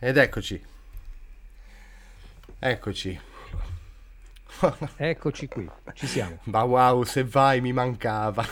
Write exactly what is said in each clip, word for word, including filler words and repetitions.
Ed eccoci, eccoci. Eccoci qui, ci siamo. Ma wow, se vai mi mancava.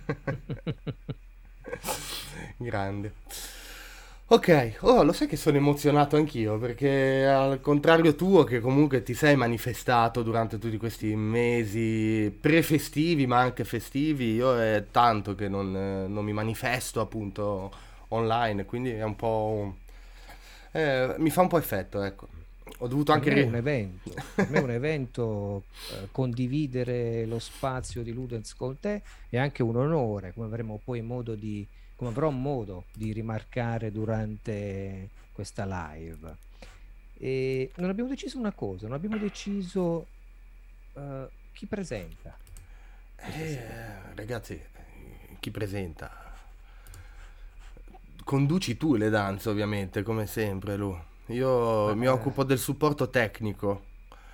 Grande. Ok, oh, lo sai che sono emozionato anch'io perché al contrario tuo che comunque ti sei manifestato durante tutti questi mesi pre-festivi ma anche festivi, io è tanto che non, eh, non mi manifesto appunto online, quindi è un po'... eh, mi fa un po' effetto, ecco. Ho dovuto Per anche... me è ri- un evento, per me è un evento eh, condividere lo spazio di Ludens con te è anche un onore, come avremo poi modo di, come avrò modo di rimarcare durante questa live. E non abbiamo deciso una cosa, non abbiamo deciso eh, chi presenta questa sera. Eh, ragazzi, chi presenta? Conduci tu le danze, ovviamente, come sempre, Lu. Io Ma mi eh, occupo del supporto tecnico.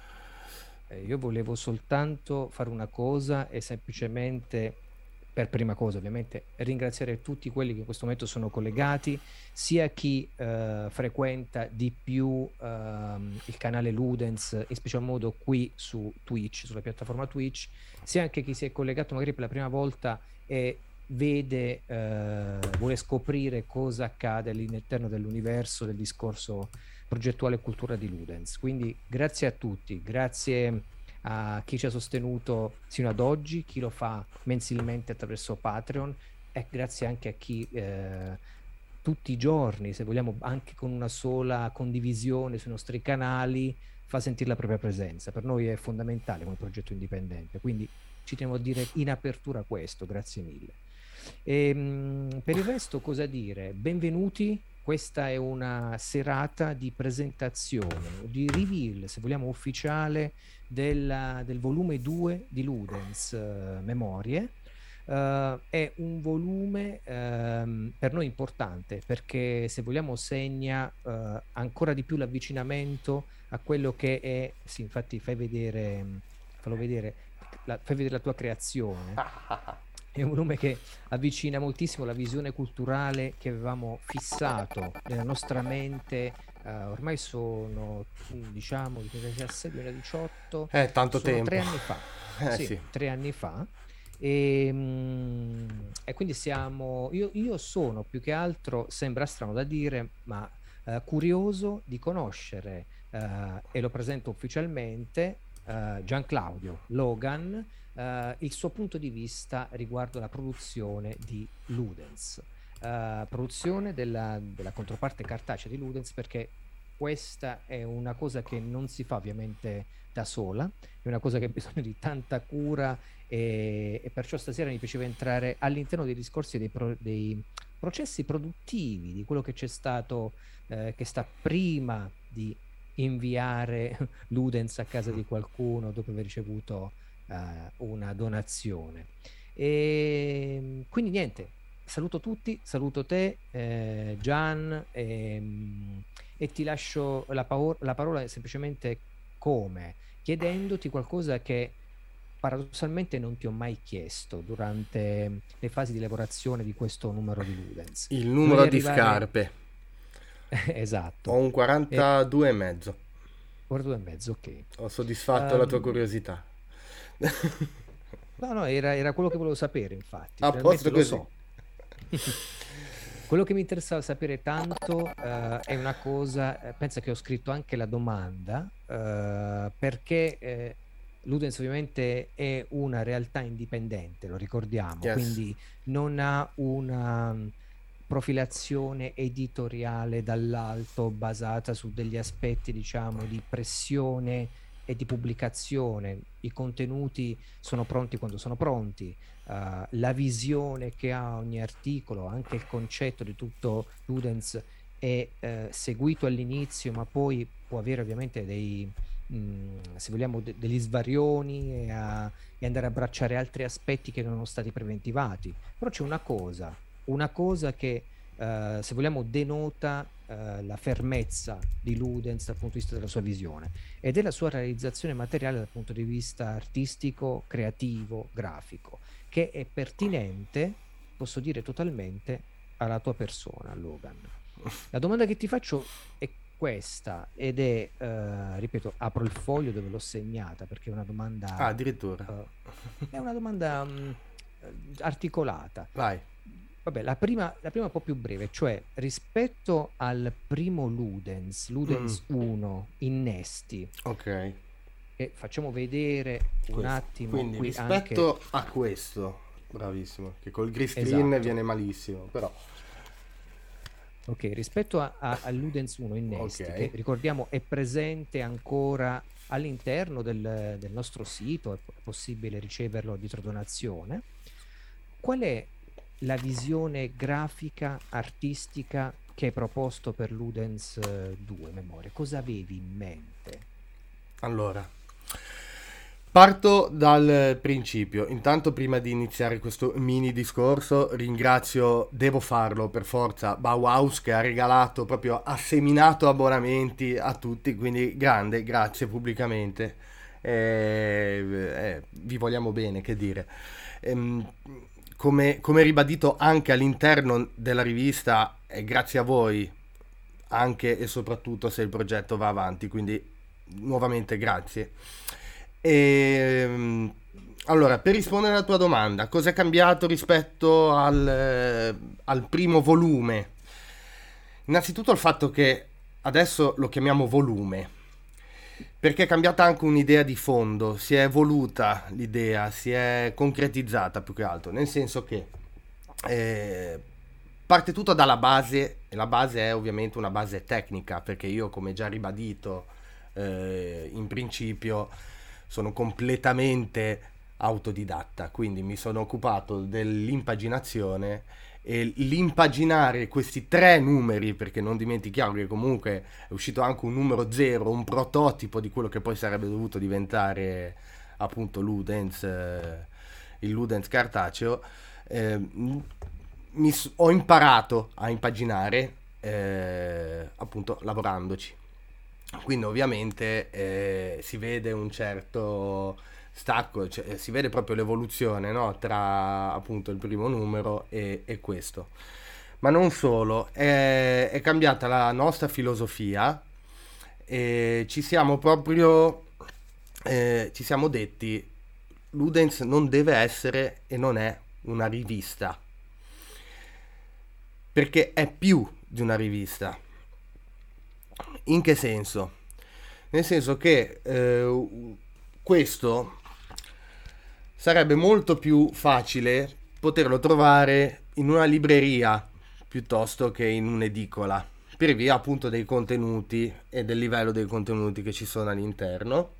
Eh, io volevo soltanto fare una cosa e semplicemente, per prima cosa ovviamente, ringraziare tutti quelli che in questo momento sono collegati, sia chi eh, frequenta di più ehm, il canale Ludens, in special modo qui su Twitch, sulla piattaforma Twitch, sia anche chi si è collegato magari per la prima volta e vede, eh, vuole scoprire cosa accade all'interno dell'universo del discorso progettuale e cultura di Ludens. Quindi grazie a tutti, grazie a chi ci ha sostenuto sino ad oggi, chi lo fa mensilmente attraverso Patreon e grazie anche a chi eh, tutti i giorni, se vogliamo anche con una sola condivisione sui nostri canali, fa sentire la propria presenza. Per noi è fondamentale come progetto indipendente, quindi ci teniamo a dire in apertura questo, grazie mille. E, mh, per il resto, cosa dire? Benvenuti. Questa è una serata di presentazione, di reveal, se vogliamo, ufficiale della- del volume due di Ludens, eh, Memorie. Eh, è un volume ehm, per noi importante perché, se vogliamo, segna eh, ancora di più l'avvicinamento a quello che è, sì, infatti fai vedere, mh, fallo vedere, la, fai vedere la tua creazione. È un volume che avvicina moltissimo la visione culturale che avevamo fissato nella nostra mente. Eh, ormai sono, mm, diciamo, duemiladiciassette-duemiladiciotto, Eh, tanto sono tre tempo. anni fa. Eh Sì, sì. tre anni fa. E, mm, e quindi siamo, io, io sono più che altro, sembra strano da dire, ma eh, curioso di conoscere, eh, e lo presento ufficialmente, eh, Gian Claudio Logan, eh, il suo punto di vista riguardo la produzione di Ludens, eh, produzione della, della controparte cartacea di Ludens, perché questa è una cosa che non si fa ovviamente da sola, è una cosa che ha bisogno di tanta cura e, e perciò stasera mi piaceva entrare all'interno dei discorsi dei, pro- dei processi produttivi, di quello che c'è stato, eh, che sta prima di inviare Ludens a casa di qualcuno dopo aver ricevuto eh, una donazione. E quindi niente, saluto tutti, saluto te, eh, Gian, ehm, e ti lascio la, pao- la parola semplicemente come, chiedendoti qualcosa che paradossalmente non ti ho mai chiesto durante le fasi di lavorazione di questo numero di Ludens. Il Dovevi numero di arrivare scarpe. Ho esatto, un e quarantadue e mezzo. ora due e mezzo, ok. Ho soddisfatto la tua Ehm, curiosità. No, no, era, era quello che volevo sapere, infatti. A Finalmente posto lo così. so. Quello che mi interessava sapere tanto eh, è una cosa, eh, pensa che ho scritto anche la domanda, eh, perché eh, Ludens ovviamente è una realtà indipendente, lo ricordiamo, Yes. quindi non ha una mm, profilazione editoriale dall'alto basata su degli aspetti, diciamo, di pressione e di pubblicazione. I contenuti sono pronti quando sono pronti, uh, la visione che ha ogni articolo, anche il concetto di tutto Ludens è eh, seguito all'inizio, ma poi può avere ovviamente dei, mh, se vogliamo, de- degli svarioni e, a- e andare a abbracciare altri aspetti che non sono stati preventivati. Però c'è una cosa, una cosa che, eh, se vogliamo, denota eh, la fermezza di Ludens dal punto di vista della sua visione ed è la sua realizzazione materiale dal punto di vista artistico, creativo, grafico, che è pertinente, posso dire totalmente, alla tua persona, Logan. La domanda che ti faccio è questa ed è, eh, ripeto, apro il foglio dove l'ho segnata perché è una Ah, domanda, addirittura. eh, è una domanda mh, eh, articolata. Vai. Vabbè, la prima, la prima un po' più breve, cioè rispetto al primo Ludens, Mm, Ludens uno, innesti, ok. e facciamo vedere un Questo. attimo Quindi qui anche, rispetto a questo, bravissimo, che col green screen esatto, viene malissimo, però ok, rispetto a, a- al Ludens uno ok. innesti, che ricordiamo è presente ancora all'interno del, del nostro sito, è po- è possibile riceverlo dietro donazione, qual è la visione grafica, artistica che hai proposto per Ludens eh, due Memoria? Cosa avevi in mente? Allora, parto dal principio. Intanto, prima di iniziare questo mini discorso, ringrazio, devo farlo per forza, Bauhaus che ha regalato, proprio ha seminato abbonamenti a tutti, quindi grande, grazie pubblicamente. Eh, eh, vi vogliamo bene, che dire. Ehm, come, come ribadito anche all'interno della rivista, è grazie a voi anche e soprattutto se il progetto va avanti, quindi nuovamente grazie. E, allora, per rispondere alla tua domanda, cosa è cambiato rispetto al, eh, al primo volume? Innanzitutto il fatto che adesso lo chiamiamo volume, perché è cambiata anche un'idea di fondo, si è evoluta l'idea, si è concretizzata più che altro, nel senso che eh, parte tutto dalla base, e la base è ovviamente una base tecnica, perché io, come già ribadito, eh, in principio sono completamente autodidatta, quindi mi sono occupato dell'impaginazione e l'impaginare questi tre numeri, perché non dimentichiamo che comunque è uscito anche un numero zero, un prototipo di quello che poi sarebbe dovuto diventare appunto Ludens, eh, il Ludens cartaceo. eh, mi s- Ho imparato a impaginare eh, appunto lavorandoci. Quindi ovviamente eh, si vede un certo stacco, cioè, si vede proprio l'evoluzione, no? Tra appunto il primo numero e, e questo. Ma non solo, è, è cambiata la nostra filosofia e ci siamo proprio eh, ci siamo detti Ludens non deve essere e non è una rivista, perché è più di una rivista. In che senso? Nel senso che eh, questo sarebbe molto più facile poterlo trovare in una libreria piuttosto che in un'edicola, per via appunto dei contenuti e del livello dei contenuti che ci sono all'interno.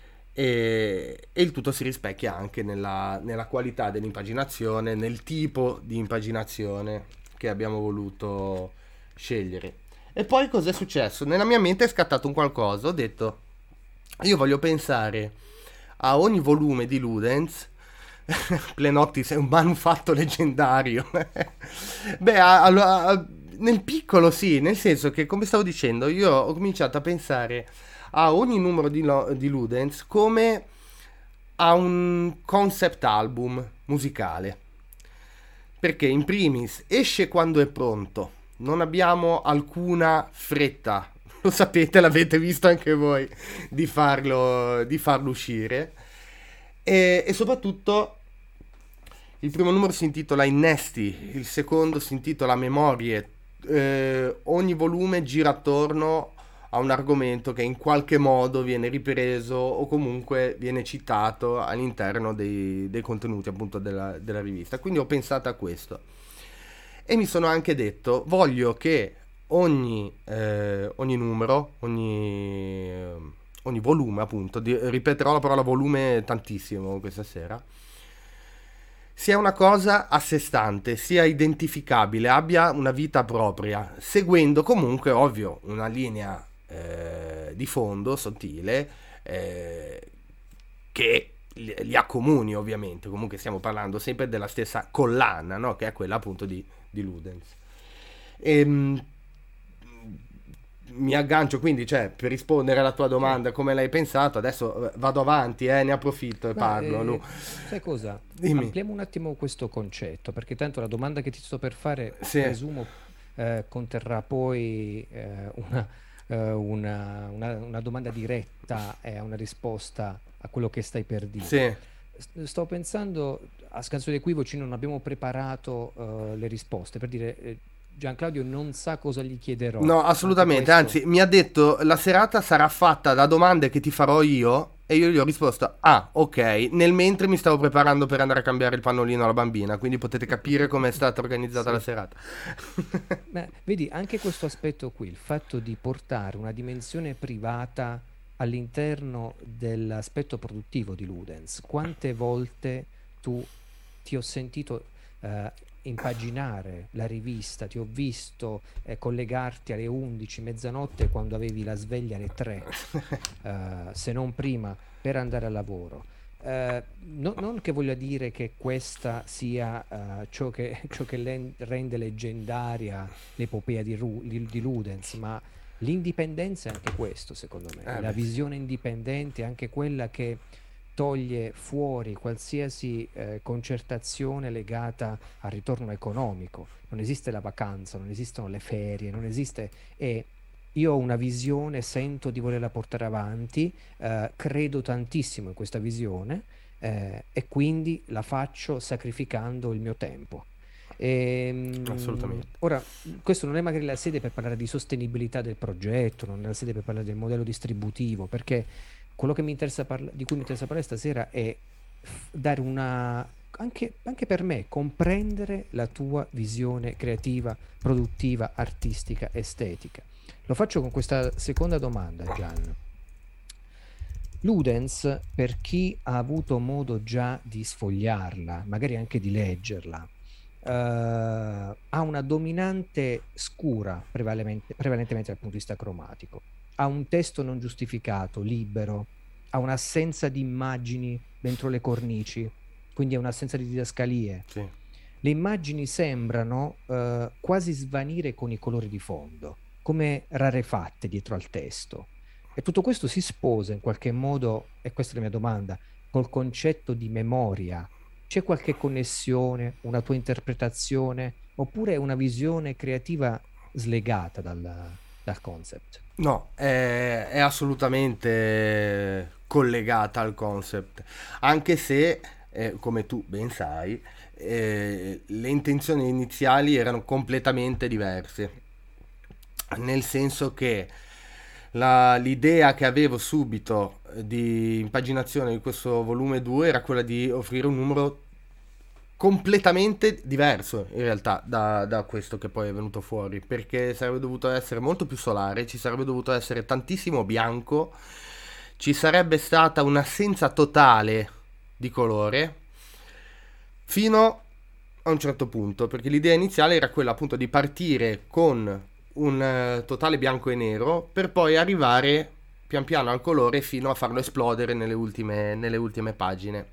E, e il tutto si rispecchia anche nella, nella qualità dell'impaginazione, nel tipo di impaginazione che abbiamo voluto scegliere. E poi cos'è successo? Nella mia mente è scattato un qualcosa. Ho detto, io voglio pensare a ogni volume di Ludens. Plenottis è un manufatto leggendario. Beh, a- a- a- nel piccolo sì, nel senso che, come stavo dicendo, io ho cominciato a pensare a ogni numero di, lo- di Ludens come a un concept album musicale. Perché in primis esce quando è pronto, non abbiamo alcuna fretta, lo sapete, l'avete visto anche voi, di farlo, di farlo uscire. E, e soprattutto il primo numero si intitola Innesti, il secondo si intitola Memorie. Eh, ogni volume gira attorno a un argomento che in qualche modo viene ripreso o comunque viene citato all'interno dei, dei contenuti appunto della, della rivista. Quindi ho pensato a questo e mi sono anche detto voglio che ogni, eh, ogni numero, ogni, ogni volume appunto, di- ripeterò la parola volume tantissimo questa sera, sia una cosa a sé stante, sia identificabile, abbia una vita propria, seguendo comunque, ovvio, una linea eh, di fondo sottile eh, che li, li accomuni, ovviamente. Comunque stiamo parlando sempre della stessa collana, no? Che è quella appunto di, di Ludens. Ehm, Mi aggancio quindi, cioè, per rispondere alla tua Sì. domanda, come l'hai pensato, adesso eh, vado avanti, eh, ne approfitto e Ma parlo. Lu. eh, sai cosa? Dimmi. Ampliamo un attimo questo concetto, perché tanto la domanda che ti sto per fare, Sì. presumo, eh, conterrà poi eh, una eh, una, una- una domanda diretta e una risposta a quello che stai per dire. Sì. S- Sto pensando, a scanso di equivoci, non abbiamo preparato eh, le risposte per dire eh, Gianclaudio non sa cosa gli chiederò. No, Anche assolutamente, questo, anzi, mi ha detto la serata sarà fatta da domande che ti farò io e io gli ho risposto, ah, ok, nel mentre mi stavo preparando per andare a cambiare il pannolino alla bambina, quindi potete capire come è stata organizzata la sì. serata. Ma vedi, anche questo aspetto qui, il fatto di portare una dimensione privata all'interno dell'aspetto produttivo di Ludens, quante volte tu ti ho sentito eh, impaginare la rivista, ti ho visto eh, collegarti alle undici, mezzanotte quando avevi la sveglia alle tre, eh, se non prima, per andare al lavoro. Eh, no- non che voglia dire che questa sia eh, ciò che, ciò che len- rende leggendaria l'epopea di, Ru- di- di Ludens, ma l'indipendenza è anche questo, secondo me. Eh La beh, sì. visione indipendente è anche quella che toglie fuori qualsiasi eh, concertazione legata al ritorno economico. Non esiste la vacanza, non esistono le ferie, non esiste... E io ho una visione, sento di volerla portare avanti, eh, credo tantissimo in questa visione eh, e quindi la faccio sacrificando il mio tempo. Ehm, Assolutamente. ora, questo non è magari la sede per parlare di sostenibilità del progetto, non è la sede per parlare del modello distributivo, perché quello che mi interessa parla- di cui mi interessa parlare stasera è f- dare una, anche, anche per me, comprendere la tua visione creativa, produttiva, artistica, estetica. Lo faccio con questa seconda domanda, Gian. Ludens, per chi ha avuto modo già di sfogliarla, magari anche di leggerla, eh, ha una dominante scura prevalentemente, prevalentemente dal punto di vista cromatico, ha un testo non giustificato, libero, ha un'assenza di immagini dentro le cornici, quindi ha un'assenza di didascalie. Sì. Le immagini sembrano eh, quasi svanire con i colori di fondo, come rarefatte dietro al testo. E tutto questo si sposa in qualche modo, e questa è la mia domanda, col concetto di memoria. C'è qualche connessione, una tua interpretazione, oppure una visione creativa slegata dal, dal concept? No, è, è assolutamente collegata al concept, anche se, eh, come tu ben sai, eh, le intenzioni iniziali erano completamente diverse, nel senso che la- l'idea che avevo subito eh, di impaginazione di questo volume due era quella di offrire un numero completamente diverso in realtà da, da questo che poi è venuto fuori, perché sarebbe dovuto essere molto più solare, ci sarebbe dovuto essere tantissimo bianco, ci sarebbe stata un'assenza totale di colore fino a un certo punto, perché l'idea iniziale era quella appunto di partire con un eh, totale bianco e nero per poi arrivare pian piano al colore fino a farlo esplodere nelle ultime, nelle ultime pagine.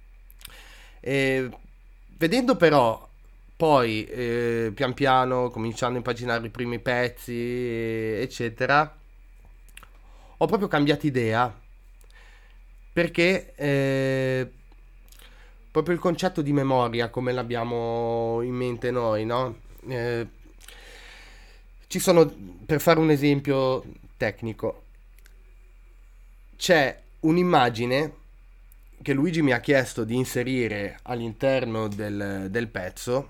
E vedendo però poi eh, pian piano cominciando a impaginare i primi pezzi, eh, eccetera, ho proprio cambiato idea perché eh, proprio il concetto di memoria come l'abbiamo in mente noi, no? Eh, ci sono, per fare un esempio tecnico, c'è un'immagine che Luigi mi ha chiesto di inserire all'interno del, del pezzo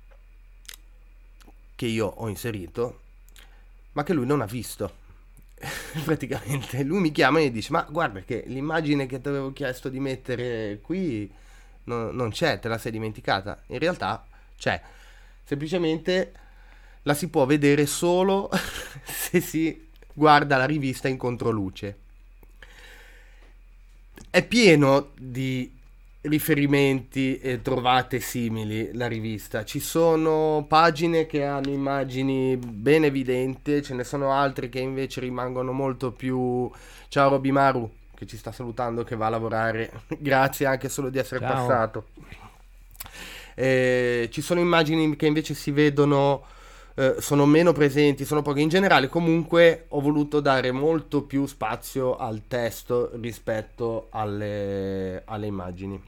che io ho inserito, ma che lui non ha visto. Praticamente lui mi chiama e dice: Ma guarda, che l'immagine che ti avevo chiesto di mettere qui no- non c'è, te la sei dimenticata. In realtà c'è, semplicemente la si può vedere solo se si guarda la rivista in controluce. È pieno di riferimenti e trovate simili la rivista. Ci sono pagine che hanno immagini ben evidenti, ce ne sono altre che invece rimangono molto più... Ciao Robimaru, che ci sta salutando, che va a lavorare. Grazie anche solo di essere Ciao. passato. Eh, ci sono immagini che invece si vedono, eh, sono meno presenti, sono poche. In generale, comunque, ho voluto dare molto più spazio al testo rispetto alle, alle immagini.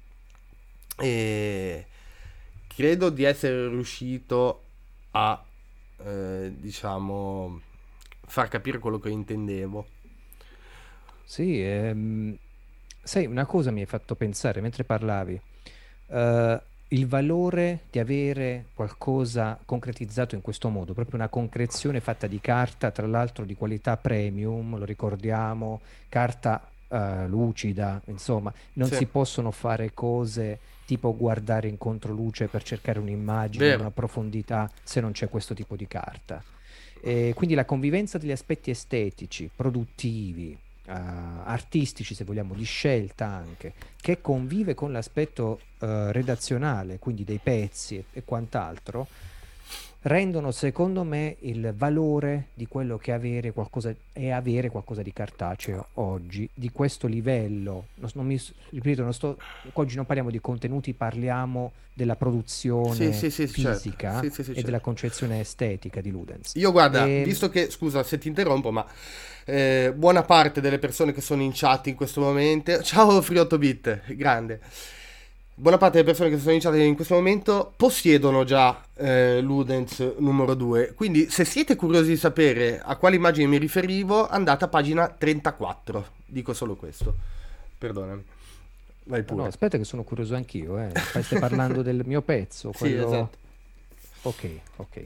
E credo di essere riuscito a, eh, diciamo, far capire quello che intendevo. Sì, ehm, sai, una cosa mi hai fatto pensare mentre parlavi, eh, il valore di avere qualcosa concretizzato in questo modo, proprio una concrezione fatta di carta, tra l'altro di qualità premium, lo ricordiamo, carta eh, lucida, insomma, non Sì, si possono fare cose tipo guardare in controluce per cercare un'immagine, vero. una profondità, se non c'è questo tipo di carta. E quindi la convivenza degli aspetti estetici, produttivi, eh, artistici, se vogliamo, di scelta anche, che convive con l'aspetto eh, redazionale, quindi dei pezzi e, e quant'altro, rendono secondo me il valore di quello che avere qualcosa è avere qualcosa di cartaceo oggi, di questo livello. Non, non mi, ripeto, non sto, oggi non parliamo di contenuti, parliamo della Sì, produzione sì, sì, certo. fisica Sì, sì, sì, e della certo. concezione estetica di Ludens. Io guarda, E, visto che, scusa se ti interrompo, ma eh, buona parte delle persone che sono in chat in questo momento, ciao Free otto bit, grande, buona parte delle persone che sono in chat in questo momento possiedono già eh, Ludens numero due, quindi se siete curiosi di sapere a quale immagine mi riferivo, andate a pagina trentaquattro, dico solo questo, perdonami, vai no, no, pure. aspetta che sono curioso anch'io, eh. Fai- Stai parlando del mio pezzo, Sì, quello... esatto. Ok, ok.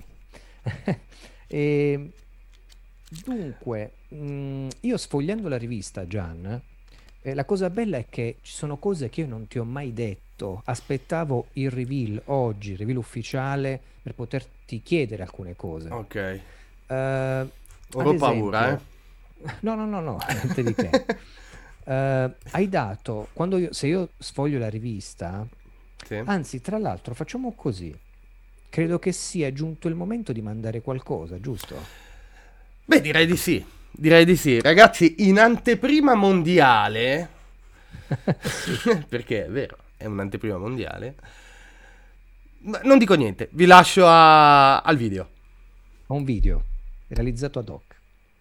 E, dunque, mh, io sfogliando la rivista, Gian, eh, la cosa bella è che ci sono cose che io non ti ho mai detto. Aspettavo il reveal oggi, il reveal ufficiale, per poterti chiedere alcune cose. Ok, Eh, ad ora ho paura, eh. esempio, no, no, no, no, niente di che. Eh, hai dato, quando io, se io sfoglio la rivista, Sì. anzi, tra l'altro, facciamo così. Credo che sia giunto il momento di mandare qualcosa, giusto? Beh, direi di sì. Direi di sì. Ragazzi, in anteprima mondiale, Sì, perché è vero, è un'anteprima mondiale, ma non dico niente, vi lascio a- al video. ho un video realizzato ad hoc.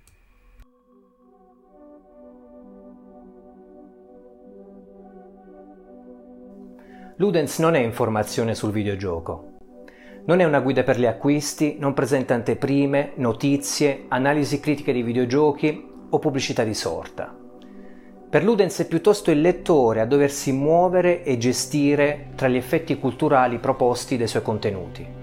Ludens non è informazione sul videogioco. Non è una guida per gli acquisti, non presenta anteprime, notizie, analisi critiche di videogiochi o pubblicità di sorta. Per Ludens è piuttosto il lettore a doversi muovere e gestire tra gli effetti culturali proposti dai suoi contenuti.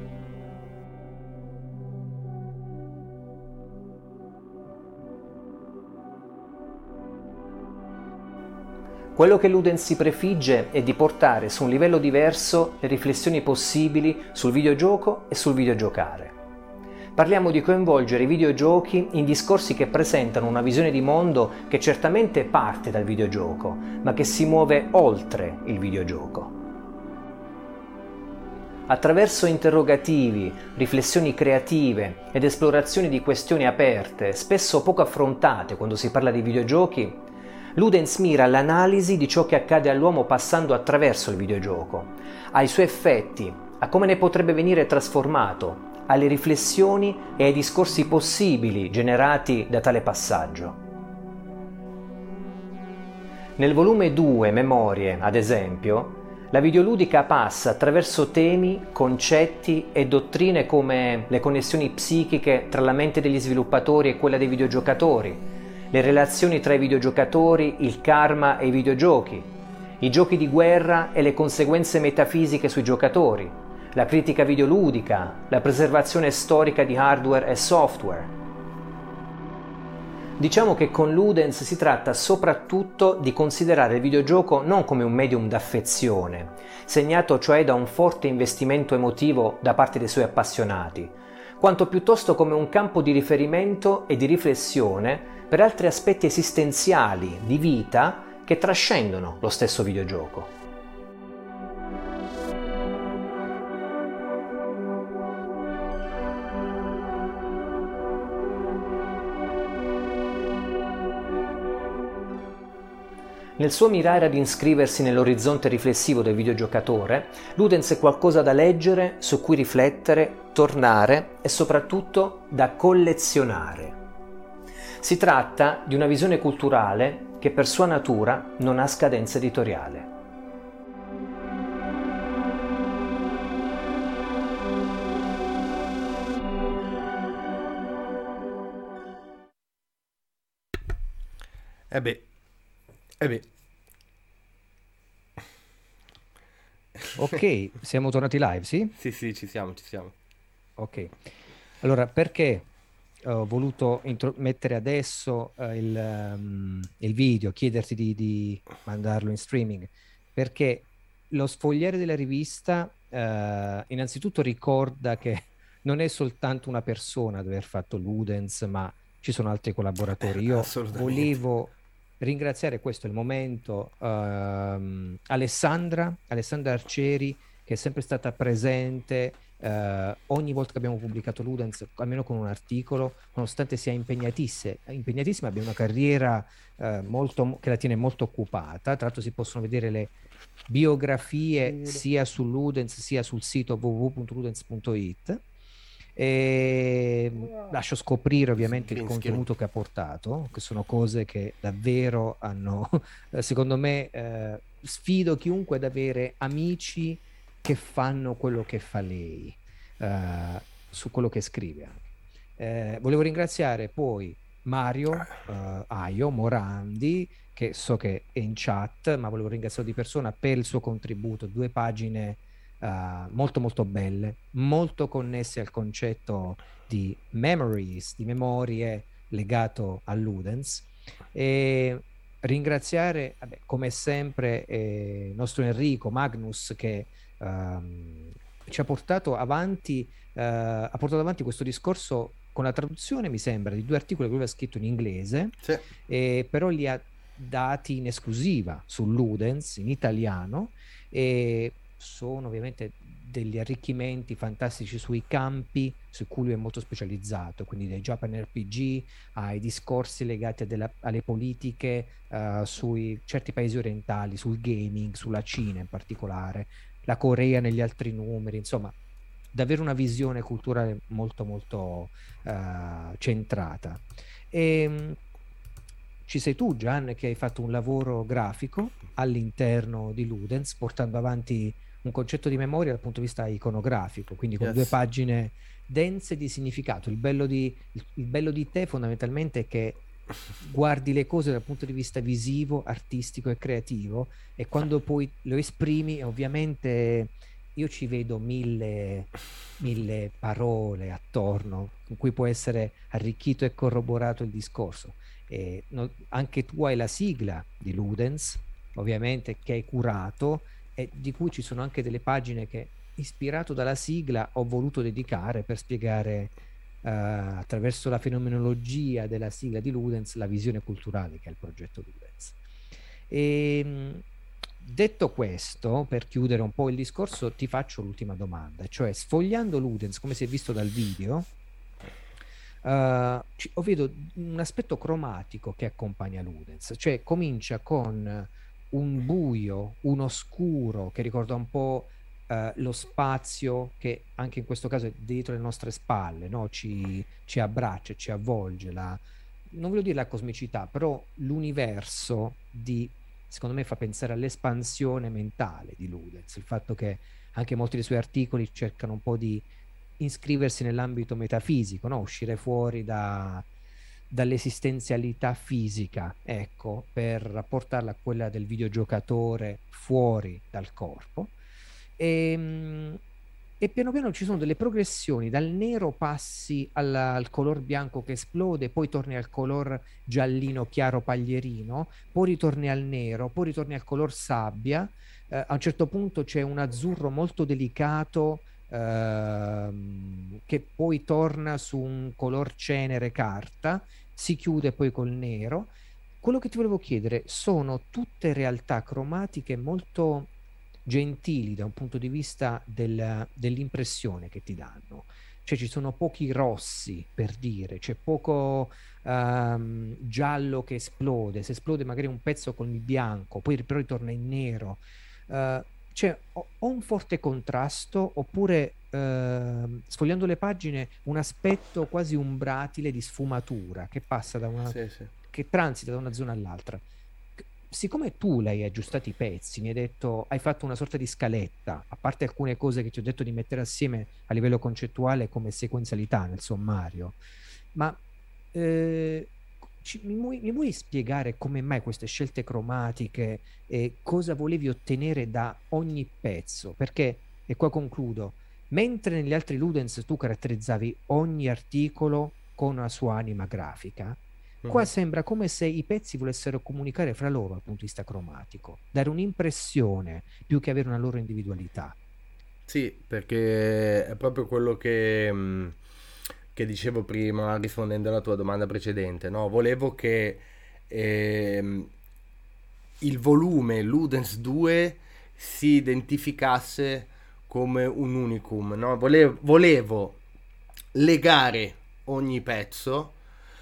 Quello che Ludens si prefigge è di portare su un livello diverso le riflessioni possibili sul videogioco e sul videogiocare. Parliamo di coinvolgere i videogiochi in discorsi che presentano una visione di mondo che certamente parte dal videogioco, ma che si muove oltre il videogioco. Attraverso interrogativi, riflessioni creative ed esplorazioni di questioni aperte, spesso poco affrontate quando si parla di videogiochi, Ludens mira all'analisi di ciò che accade all'uomo passando attraverso il videogioco, ai suoi effetti, a come ne potrebbe venire trasformato, alle riflessioni e ai discorsi possibili generati da tale passaggio. Nel volume due, Memorie, ad esempio, la videoludica passa attraverso temi, concetti e dottrine come le connessioni psichiche tra la mente degli sviluppatori e quella dei videogiocatori, le relazioni tra i videogiocatori, il karma e i videogiochi, i giochi di guerra e le conseguenze metafisiche sui giocatori, la critica videoludica, la preservazione storica di hardware e software. Diciamo che con Ludens si tratta soprattutto di considerare il videogioco non come un medium d'affezione, segnato cioè da un forte investimento emotivo da parte dei suoi appassionati, quanto piuttosto come un campo di riferimento e di riflessione per altri aspetti esistenziali di vita che trascendono lo stesso videogioco. Nel suo mirare ad iscriversi nell'orizzonte riflessivo del videogiocatore, Ludens è qualcosa da leggere, su cui riflettere, tornare e soprattutto da collezionare. Si tratta di una visione culturale che per sua natura non ha scadenza editoriale. Eh beh, eh beh. Ok, siamo tornati live, sì? Sì, sì, ci siamo, ci siamo. Ok. Allora, perché ho voluto intro- mettere adesso eh, il, ehm, il video, chiederti di, di mandarlo in streaming? Perché lo sfogliare della rivista, eh, innanzitutto ricorda che non è soltanto una persona ad aver fatto Ludens, ma ci sono altri collaboratori. Io Assolutamente. volevo ringraziare, questo è il momento, ehm, Alessandra, Alessandra Arcieri, che è sempre stata presente eh, ogni volta che abbiamo pubblicato Ludens, almeno con un articolo, nonostante sia impegnatissima, impegnatissima abbia una carriera eh, molto, che la tiene molto occupata. Tra l'altro si possono vedere le biografie sia su Ludens sia sul sito w w w punto ludens punto i t. E lascio scoprire ovviamente il Green screen. contenuto che ha portato, che sono cose che davvero hanno, secondo me, eh, sfido chiunque ad avere amici che fanno quello che fa lei, eh, su quello che scrive anche. Eh, volevo ringraziare poi Mario eh, Aio Morandi, che so che è in chat, ma volevo ringraziarlo di persona per il suo contributo, due pagine eh, molto molto belle, molto connesse al concetto di memories, di memorie legato a Ludens. E ringraziare, vabbè, come sempre, eh, il nostro Enrico Magnus che ehm, ci ha portato avanti, eh, ha portato avanti questo discorso con la traduzione, mi sembra, di due articoli che lui aveva scritto in inglese, Sì. eh, però li ha dati in esclusiva su Ludens in italiano e sono ovviamente degli arricchimenti fantastici sui campi su cui lui è molto specializzato, quindi dai Japan R P G ai discorsi legati della, alle politiche uh, sui certi paesi orientali, sul gaming, sulla Cina in particolare, la Corea negli altri numeri, insomma, davvero una visione culturale molto molto uh, centrata. E, ci sei tu, Gian, che hai fatto un lavoro grafico all'interno di Ludens, portando avanti un concetto di memoria dal punto di vista iconografico, quindi con Yes. due pagine dense di significato. Il bello di, il, il bello di te fondamentalmente è che guardi le cose dal punto di vista visivo, artistico e creativo e quando poi lo esprimi, ovviamente io ci vedo mille, mille parole attorno con cui può essere arricchito e corroborato il discorso. Eh, no, anche tu hai la sigla di Ludens, ovviamente, che hai curato e di cui ci sono anche delle pagine che, ispirato dalla sigla, ho voluto dedicare per spiegare Uh, attraverso la fenomenologia della sigla di Ludens la visione culturale che è il progetto Ludens. E, mh, detto questo, per chiudere un po' il discorso, ti faccio l'ultima domanda, cioè sfogliando Ludens, come si è visto dal video, uh, ci, ho vedo un aspetto cromatico che accompagna Ludens, cioè comincia con un buio, un oscuro che ricorda un po' Uh, lo spazio che anche in questo caso è dietro le nostre spalle, no? ci, ci abbraccia, ci avvolge, la, non voglio dire la cosmicità, però l'universo di, secondo me fa pensare all'espansione mentale di Ludens, il fatto che anche molti dei suoi articoli cercano un po' di iscriversi nell'ambito metafisico, no? Uscire fuori da, dall'esistenzialità fisica, ecco, per rapportarla a quella del videogiocatore fuori dal corpo. E, e piano piano ci sono delle progressioni, dal nero passi al, al color bianco che esplode, poi torni al color giallino chiaro paglierino, poi ritorni al nero, poi ritorni al color sabbia, eh, a un certo punto c'è un azzurro molto delicato ehm, che poi torna su un color cenere carta, si chiude poi col nero. Quello che ti volevo chiedere sono tutte realtà cromatiche molto gentili da un punto di vista del, dell'impressione che ti danno. Cioè ci sono pochi rossi, per dire, c'è poco um, giallo che esplode, se esplode magari un pezzo con il bianco, poi però ritorna in nero. Uh, c'è o, o un forte contrasto oppure uh, sfogliando le pagine un aspetto quasi umbratile di sfumatura che passa da una Sì, sì. che transita da una zona all'altra. Siccome tu l'hai aggiustati i pezzi, mi hai detto, hai fatto una sorta di scaletta, a parte alcune cose che ti ho detto di mettere assieme a livello concettuale come sequenzialità nel sommario, ma eh, ci- mi, vuoi, mi vuoi spiegare come mai queste scelte cromatiche e cosa volevi ottenere da ogni pezzo? Perché, e qua concludo, mentre negli altri Ludens tu caratterizzavi ogni articolo con una sua anima grafica, qua Mhm. sembra come se i pezzi volessero comunicare fra loro dal punto di vista cromatico, dare un'impressione più che avere una loro individualità. Sì, perché è proprio quello che, mh, che dicevo prima rispondendo alla tua domanda precedente, no? Volevo che ehm, il volume Ludens due si identificasse come un unicum, no? Volevo, volevo legare ogni pezzo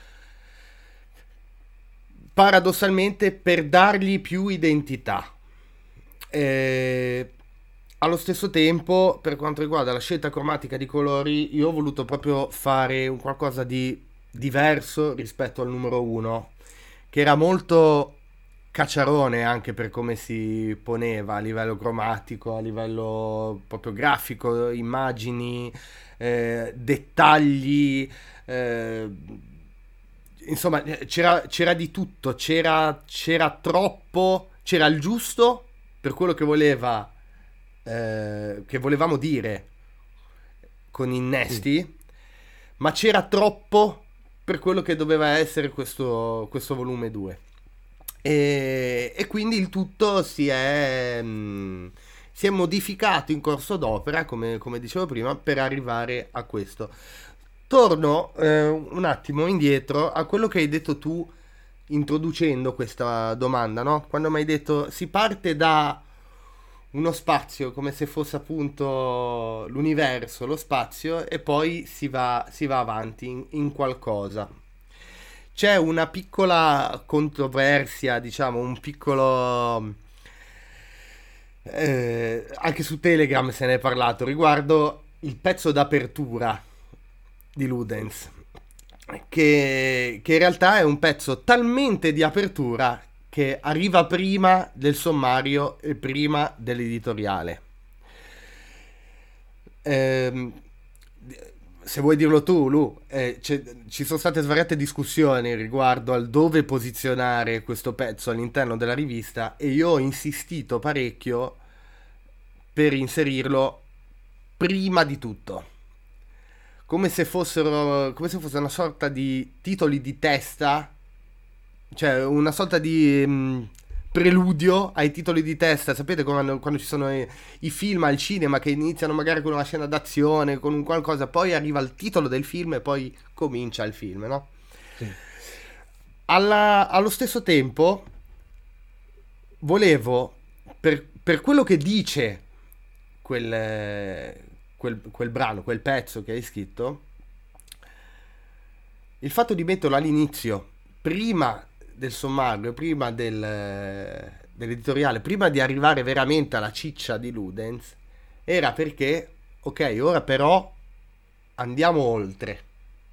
paradossalmente per dargli più identità. Eh, allo stesso tempo, per quanto riguarda la scelta cromatica di colori, io ho voluto proprio fare un qualcosa di diverso rispetto al numero uno, che era molto cacciarone anche per come si poneva a livello cromatico, a livello proprio grafico, immagini, eh, dettagli, eh, insomma c'era, c'era di tutto, c'era, c'era troppo, c'era il giusto per quello che voleva, eh, che volevamo dire con Sì. innesti, ma c'era troppo per quello che doveva essere questo, questo volume due. E, e quindi il tutto si è, mh, si è modificato in corso d'opera, come, come dicevo prima, per arrivare a questo. Torno eh, un attimo indietro a quello che hai detto tu introducendo questa domanda, no? Quando mi hai detto si parte da uno spazio come se fosse appunto l'universo, lo spazio, e poi si va, si va avanti in, in qualcosa. C'è una piccola controversia, diciamo, un piccolo... eh, anche su Telegram se ne è parlato riguardo il pezzo d'apertura di Ludens, che, che in realtà è un pezzo talmente di apertura che arriva prima del sommario e prima dell'editoriale. Ehm, Se vuoi dirlo tu, Lu, eh, c'è- ci sono state svariate discussioni riguardo al dove posizionare questo pezzo all'interno della rivista e io ho insistito parecchio per inserirlo prima di tutto, come se fossero, come se fosse una sorta di titoli di testa, cioè una sorta di mh, preludio ai titoli di testa. Sapete quando, quando ci sono i, i film al cinema che iniziano magari con una scena d'azione, con un qualcosa, poi arriva il titolo del film e poi comincia il film, no? Sì. Alla- allo stesso tempo volevo, per, per quello che dice quel, eh, quel, quel brano, quel pezzo che hai scritto, il fatto di metterlo all'inizio, prima del sommario, prima del, dell'editoriale, prima di arrivare veramente alla ciccia di Ludens, era perché, ok, ora però andiamo oltre.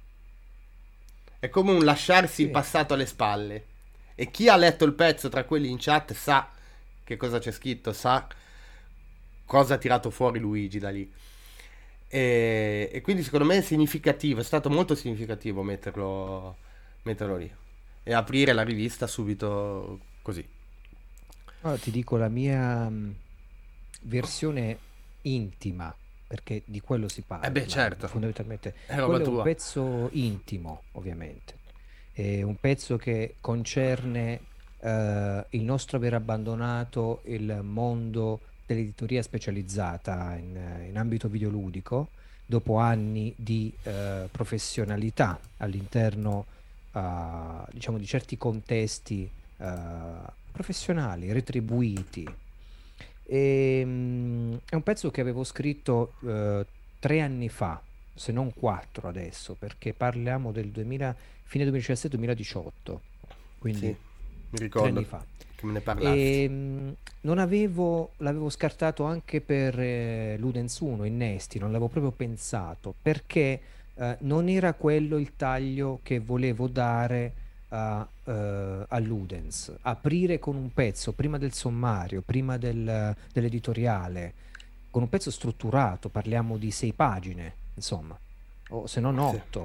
È come un lasciarsi il Sì. passato alle spalle. E chi ha letto il pezzo tra quelli in chat sa che cosa c'è scritto, sa cosa ha tirato fuori Luigi da lì. E, e quindi secondo me è significativo, è stato molto significativo metterlo, metterlo lì e aprire la rivista subito così. Allora, ti dico la mia mh, versione intima, perché di quello si Eh beh, parla, certo, fondamentalmente. è roba Quello è un tua. pezzo intimo, ovviamente. È un pezzo che concerne eh, il nostro aver abbandonato il mondo dell'editoria specializzata in, in ambito videoludico dopo anni di eh, professionalità all'interno, eh, diciamo, di certi contesti eh, professionali, retribuiti. E, mm, è un pezzo che avevo scritto eh, tre anni fa, se non quattro adesso, perché parliamo del duemila, fine duemiladiciassette-duemiladiciotto, Sì, quindi mi tre anni ricordo fa. che me ne parlasti. E mm, non avevo, l'avevo scartato anche per eh, Ludens uno, Innesti, non l'avevo proprio pensato, perché eh, non era quello il taglio che volevo dare a, eh, a Ludens. Aprire con un pezzo prima del sommario, prima del- dell'editoriale, con un pezzo strutturato, parliamo di sei pagine, insomma, o se non Sì. otto.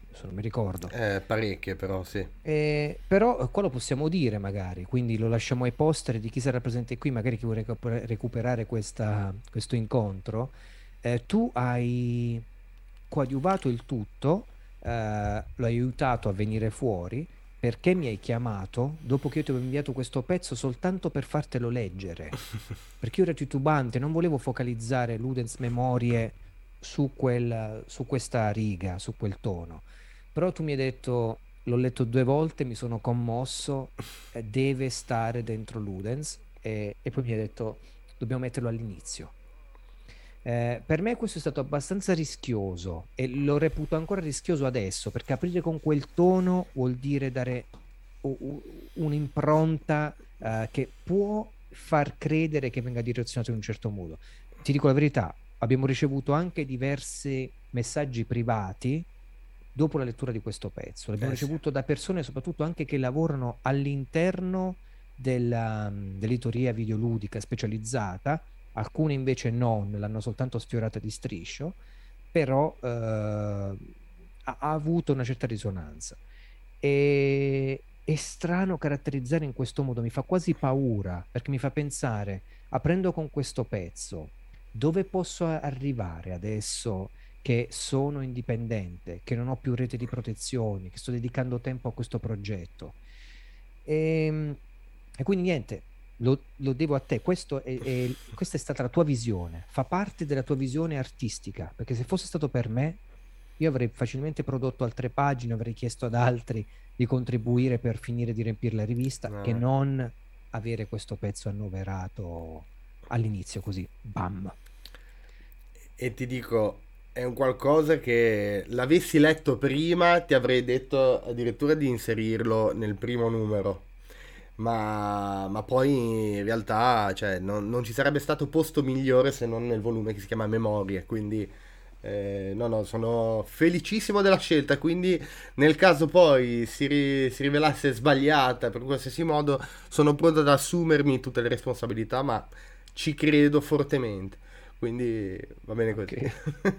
se non mi ricordo. Eh, parecchie però, sì. Eh, però eh, qua lo possiamo dire magari, quindi lo lasciamo ai posteri di chi sarà presente qui, magari chi vuole recuper- recuperare questa- questo incontro. Eh, tu hai coadiuvato il tutto, eh, lo hai aiutato a venire fuori perché mi hai chiamato dopo che io ti avevo inviato questo pezzo soltanto per fartelo leggere, perché io ero titubante, non volevo focalizzare Ludens Memorie su quel, su questa riga, su quel tono. Però tu mi hai detto, l'ho letto due volte, mi sono commosso, eh, deve stare dentro Ludens e, e poi mi hai detto, dobbiamo metterlo all'inizio. Eh, per me questo è stato abbastanza rischioso e lo reputo ancora rischioso adesso perché aprire con quel tono vuol dire dare u- u- un'impronta eh, che può far credere che venga direzionato in un certo modo. Ti dico la verità, abbiamo ricevuto anche diversi messaggi privati dopo la lettura di questo pezzo. L'abbiamo Eh sì. ricevuto da persone soprattutto anche che lavorano all'interno della, dell'editoria videoludica specializzata, alcune invece non, l'hanno soltanto sfiorata di striscio, però eh, ha, ha avuto una certa risonanza. E è strano caratterizzare in questo modo, mi fa quasi paura, perché mi fa pensare, aprendo con questo pezzo, dove posso arrivare adesso che sono indipendente, che non ho più rete di protezioni, che sto dedicando tempo a questo progetto? E, e quindi niente, lo, lo devo a te. Questo è, è- questa è stata la tua visione, fa parte della tua visione artistica, perché se fosse stato per me, io avrei facilmente prodotto altre pagine, avrei chiesto ad altri di contribuire per finire di riempire la rivista, che No. non avere questo pezzo annoverato all'inizio così, bam. E ti dico, è un qualcosa che l'avessi letto prima, ti avrei detto addirittura di inserirlo nel primo numero. Ma, ma poi in realtà, cioè, non, non ci sarebbe stato posto migliore se non nel volume che si chiama Memorie. Quindi, eh, no, no, sono felicissimo della scelta. Quindi, nel caso poi si, ri- si rivelasse sbagliata per qualsiasi modo, sono pronto ad assumermi tutte le responsabilità, ma ci credo fortemente. Quindi va bene così. Ok.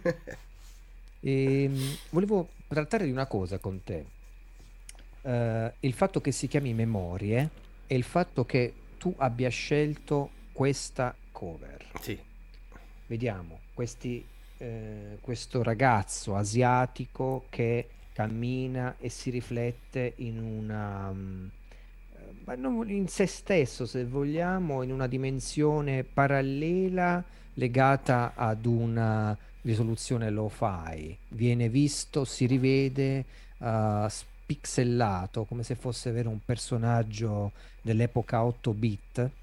E, volevo trattare di una cosa con te. Eh, il fatto che si chiami Memorie e il fatto che tu abbia scelto questa cover. Sì, Vediamo, questi, eh, questo ragazzo asiatico che cammina e si riflette in una, mm, eh, ma non in se stesso, se vogliamo, in una dimensione parallela legata ad una risoluzione lo-fi. Viene visto, si rivede, uh, spixellato, come se fosse vero un personaggio dell'epoca otto bit.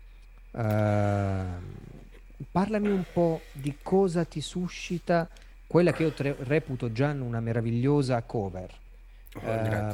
Ehm, parlami un po' di cosa ti suscita quella che io tre- reputo già una meravigliosa cover. oh, Eh, grazie.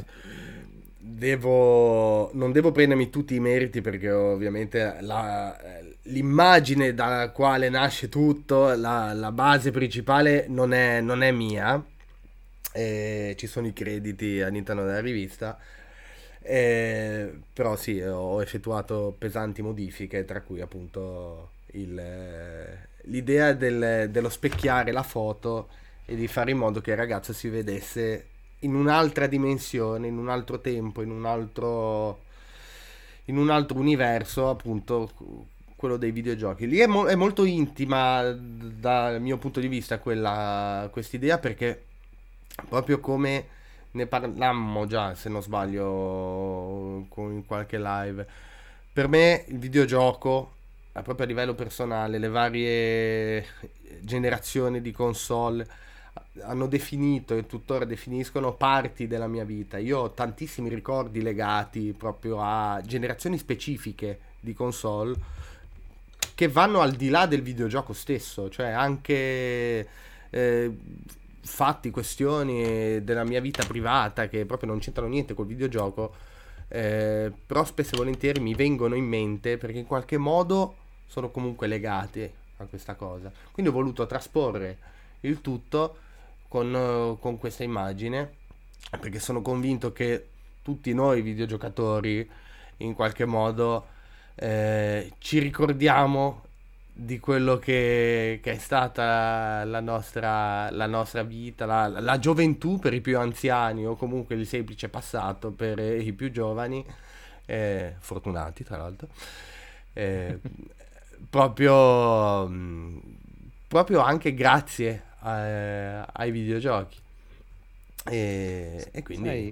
Devo, non devo prendermi tutti i meriti perché ovviamente la- l'immagine dalla quale nasce tutto, la, la base principale non è, non è mia. Eh, ci sono i crediti all'interno della rivista. Eh, però sì, ho effettuato pesanti modifiche, tra cui appunto il, eh, l'idea del- dello specchiare la foto e di fare in modo che il ragazzo si vedesse in un'altra dimensione, in un altro tempo, in un altro, in un altro universo, appunto quello dei videogiochi. Lì è, mo- è molto intima dal mio punto di vista quella quest'idea perché proprio come ne parlammo già, se non sbaglio, con in qualche live. Per me il videogioco, eh, proprio a livello personale, le varie generazioni di console hanno definito e tuttora definiscono parti della mia vita. Io ho tantissimi ricordi legati proprio a generazioni specifiche di console che vanno al di là del videogioco stesso, cioè anche eh, fatti, questioni della mia vita privata che proprio non c'entrano niente col videogioco, eh, però spesso e volentieri mi vengono in mente perché in qualche modo sono comunque legati a questa cosa. Quindi ho voluto trasporre il tutto con, eh, con questa immagine perché sono convinto che tutti noi videogiocatori in qualche modo eh, ci ricordiamo di quello che, che è stata la nostra, la nostra vita, la, la gioventù per i più anziani o comunque il semplice passato per i più giovani, eh, fortunati tra l'altro, eh, proprio, mh, proprio anche grazie a- ai videogiochi. E, e quindi... Sai,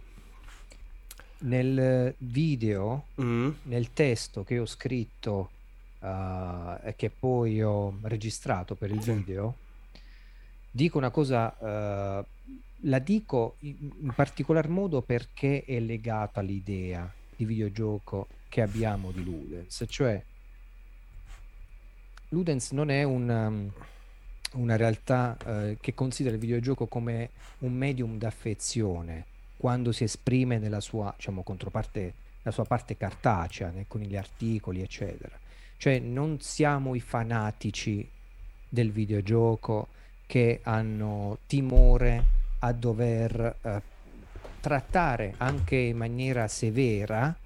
nel video, Mm, nel testo che ho scritto eh, e che poi ho registrato per il sì, video, dico una cosa, eh, la dico in, in particolar modo perché è legata all'idea di videogioco che abbiamo di Ludens, cioè Ludens non è una, una realtà eh, che considera il videogioco come un medium d'affezione quando si esprime nella sua, diciamo, controparte, la sua parte cartacea, né, con gli articoli, eccetera. Cioè non siamo i fanatici del videogioco che hanno timore a dover eh, trattare anche in maniera severa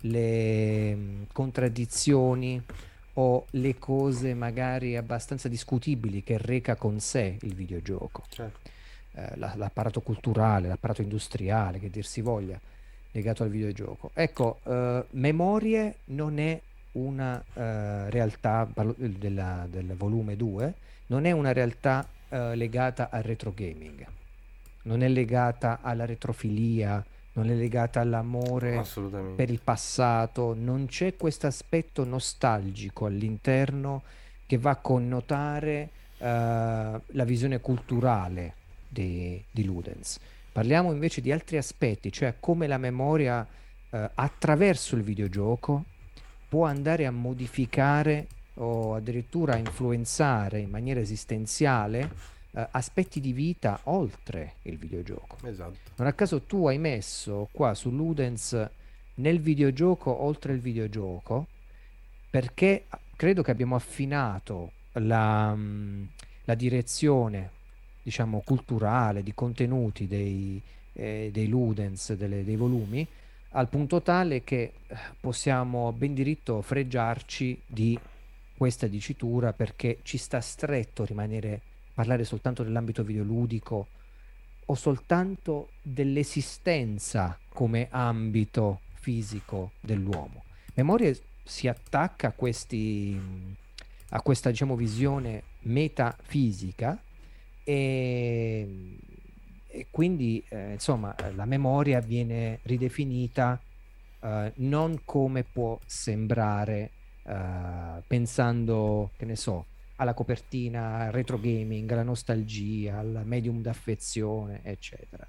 le mh, contraddizioni o le cose magari abbastanza discutibili che reca con sé il videogioco. certo. Eh, la- l'apparato culturale, l'apparato industriale, che dir si voglia, legato al videogioco. Ecco, eh, Memorie non è una eh, realtà, parlo del, della- del volume due, non è una realtà eh, legata al retro gaming, non è legata alla retrofilia, non è legata all'amore per Assolutamente. il passato, non c'è questo aspetto nostalgico all'interno che va a connotare eh, la visione culturale di, di Ludens. Parliamo invece di altri aspetti, cioè come la memoria eh, attraverso il videogioco può andare a modificare o addirittura a influenzare in maniera esistenziale eh, aspetti di vita oltre il videogioco. Esatto. Non a caso tu hai messo qua su Ludens nel videogioco oltre il videogioco, perché credo che abbiamo affinato la, mh, la direzione, diciamo, culturale, di contenuti dei, eh, dei Ludens, delle- dei volumi, al punto tale che eh, possiamo a ben diritto fregiarci di questa dicitura perché ci sta stretto rimanere, parlare soltanto dell'ambito videoludico o soltanto dell'esistenza come ambito fisico dell'uomo. Memoria si attacca a questi, mh, a questa, diciamo, visione metafisica e, e quindi, eh, insomma, eh, la memoria viene ridefinita eh, non come può sembrare eh, pensando, che ne so, alla copertina, al retro gaming, alla nostalgia, al medium d'affezione, eccetera.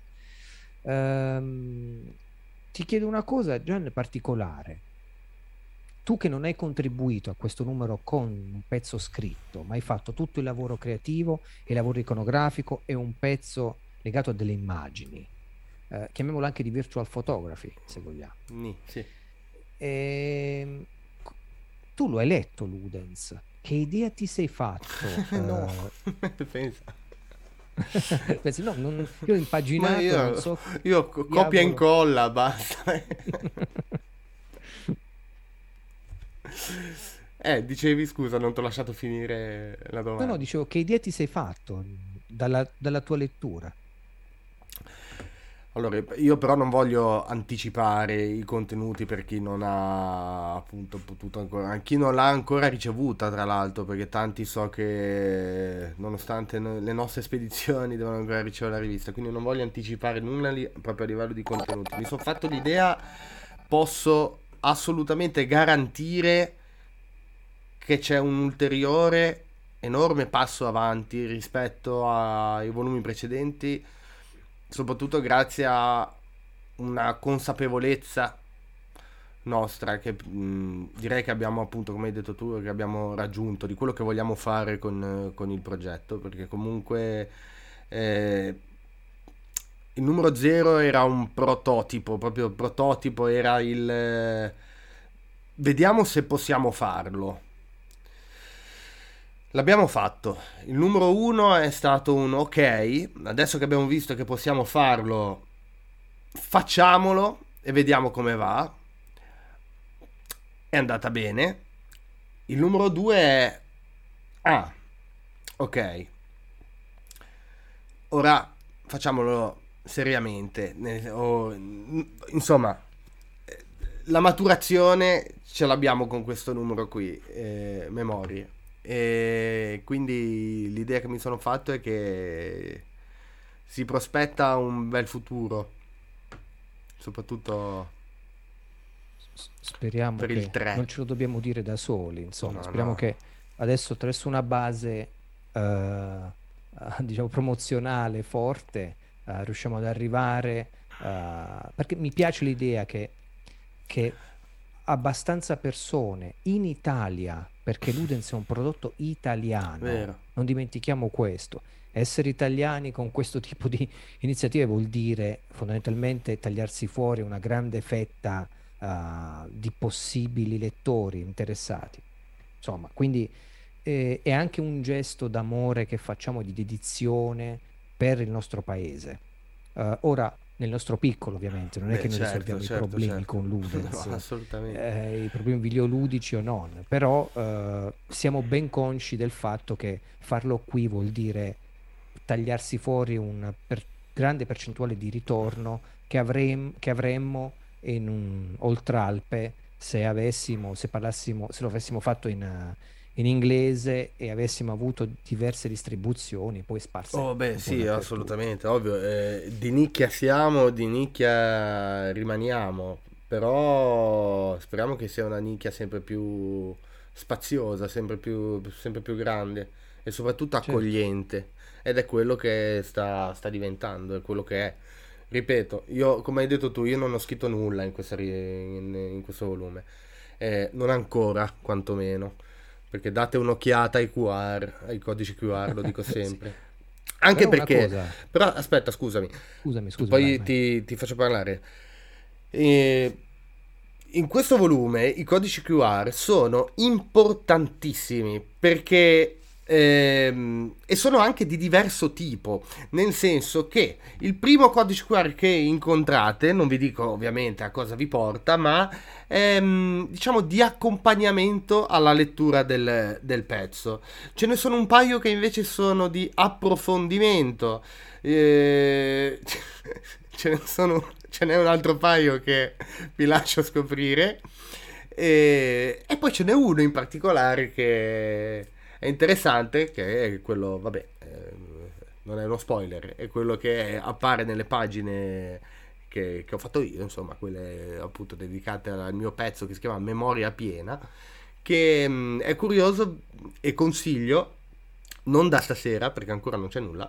Ehm, ti chiedo una cosa, già nel particolare. Tu che non hai contribuito a questo numero con un pezzo scritto, ma hai fatto tutto il lavoro creativo, il lavoro iconografico e un pezzo legato a delle immagini, eh, chiamiamolo anche di virtual photography, se vogliamo. Ni, sì. Ehm, c- Tu lo hai letto, Ludens. Che idea ti sei fatto? No, Eh, pensa. pensi, no, non- io ho Ma impaginato, non io, so io che co- copia e diavolo. incolla, basta. Eh, dicevi, scusa, non ti ho lasciato finire la No, no, domanda. dicevo, che idea ti sei fatto dalla, dalla tua lettura? Allora, io però non voglio anticipare i contenuti per chi non ha appunto potuto ancora, chi non l'ha ancora ricevuta, tra l'altro, perché tanti so che nonostante no- le nostre spedizioni devono ancora ricevere la rivista, quindi non voglio anticipare nulla lì, proprio a livello di contenuti. Mi sono fatto l'idea, posso assolutamente garantire che c'è un ulteriore enorme passo avanti rispetto ai volumi precedenti, soprattutto grazie a una consapevolezza nostra che mh, direi che abbiamo appunto, come hai detto tu, che abbiamo raggiunto di quello che vogliamo fare con, con il progetto, perché comunque eh, il numero zero era un prototipo, proprio il prototipo era il eh, vediamo se possiamo farlo. L'abbiamo fatto. Il numero uno è stato un ok, adesso che abbiamo visto che possiamo farlo, facciamolo e vediamo come va. È andata bene. Il numero due è Ah, ok. Ora facciamolo seriamente. ne- o- insomma, eh, la maturazione ce l'abbiamo con questo numero qui, eh, memorie. E quindi l'idea che mi sono fatto è che si prospetta un bel futuro, soprattutto S- Speriamo per il che non tre. ce lo dobbiamo dire da soli, insomma, No, speriamo no. che adesso attraverso una base, eh, eh, diciamo, promozionale forte, eh, riusciamo ad arrivare, eh, perché mi piace l'idea che, che abbastanza persone in Italia, perché Ludens è un prodotto italiano, Vero. non dimentichiamo questo. Essere italiani con questo tipo di iniziative vuol dire fondamentalmente tagliarsi fuori una grande fetta eh, di possibili lettori interessati. Insomma, quindi eh, è anche un gesto d'amore che facciamo di dedizione per il nostro paese. Eh, ora, nel nostro piccolo, ovviamente, non è Beh, che noi certo, risolviamo i certo, problemi certo. con No, Ludens, assolutamente. eh, i problemi videoludici o non, però eh, siamo ben consci del fatto che farlo qui vuol dire tagliarsi fuori una per- grande percentuale di ritorno che avrem- che avremmo in un Oltralpe se avessimo, se parlassimo, se lo avessimo fatto in, eh, in inglese e avessimo avuto diverse distribuzioni poi sparse Oh, beh, un po' sì, dappertutto. assolutamente, ovvio. Eh, di nicchia siamo, di nicchia rimaniamo. Però speriamo che sia una nicchia sempre più spaziosa, sempre più, sempre più grande e soprattutto Certo. accogliente. Ed è quello che sta, sta diventando, è quello che è. Ripeto, io, come hai detto tu, io non ho scritto nulla in, questa ri- in, in questo volume. Eh, non ancora, quantomeno. Perché date un'occhiata ai Q R, ai codici Q R, lo dico Sì. sempre. Anche Però una perché, cosa, però aspetta, scusami, scusami, tu scusami, vai, poi vai. ti, ti faccio parlare. E in questo volume i codici Q R sono importantissimi perché ehm, e sono anche di diverso tipo, nel senso che il primo codice Q R che incontrate, non vi dico ovviamente a cosa vi porta, ma ehm, diciamo di accompagnamento alla lettura del, del pezzo. Ce ne sono un paio che invece sono di approfondimento. Eh, ce ne sono, ce n'è un altro paio che vi lascio scoprire. E, e poi ce n'è uno in particolare che è interessante, che è quello, vabbè, eh, non è uno spoiler, è quello che appare nelle pagine che, che ho fatto io, insomma, quelle appunto dedicate al mio pezzo che si chiama Memoria piena, che mh, è curioso e consiglio, non da stasera perché ancora non c'è nulla,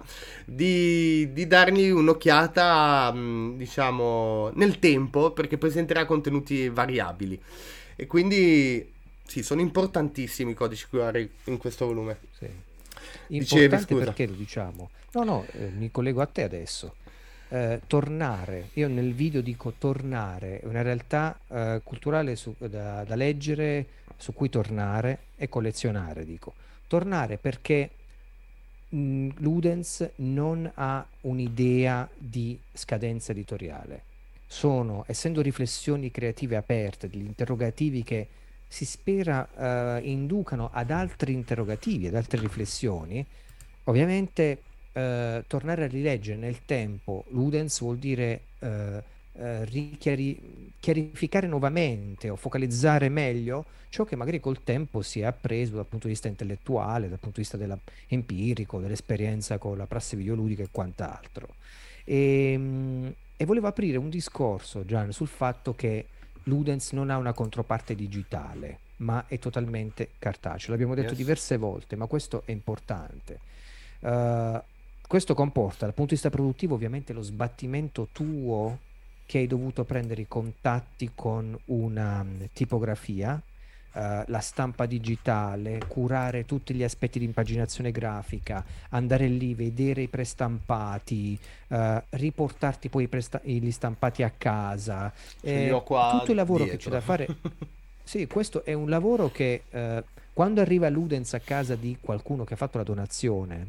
di, di dargli un'occhiata, mh, diciamo, nel tempo perché presenterà contenuti variabili. E quindi sì, sono importantissimi i codici Q R in questo volume. Sì. Dicevi, Importante scusa. perché lo diciamo? No, no, eh, mi collego a te adesso. Eh, tornare, io nel video dico tornare, è una realtà eh, culturale su- da, da leggere, su cui tornare e collezionare, dico. Tornare perché mh, Ludens non ha un'idea di scadenza editoriale. Sono, essendo riflessioni creative aperte, degli interrogativi che si spera eh, inducano ad altri interrogativi, ad altre riflessioni, ovviamente eh, tornare a rileggere nel tempo Ludens vuol dire eh, eh, richiari- chiarificare nuovamente o focalizzare meglio ciò che magari col tempo si è appreso dal punto di vista intellettuale, dal punto di vista della- empirico, dell'esperienza con la prassi videoludica e quant'altro. E, mh, e volevo aprire un discorso, Gian, sul fatto che Ludens non ha una controparte digitale, ma è totalmente cartaceo. L'abbiamo detto Yes. diverse volte, ma questo è importante. Eh, Questo comporta, dal punto di vista produttivo, ovviamente lo sbattimento tuo che hai dovuto prendere i contatti con una mm, tipografia, eh, la stampa digitale, curare tutti gli aspetti di impaginazione grafica, andare lì, vedere i prestampati, eh, riportarti poi i presta- gli stampati a casa, Ce li ho eh, qua tutto il lavoro che c'è dietro. da fare. Sì, questo è un lavoro che eh, quando arriva Ludens a casa di qualcuno che ha fatto la donazione,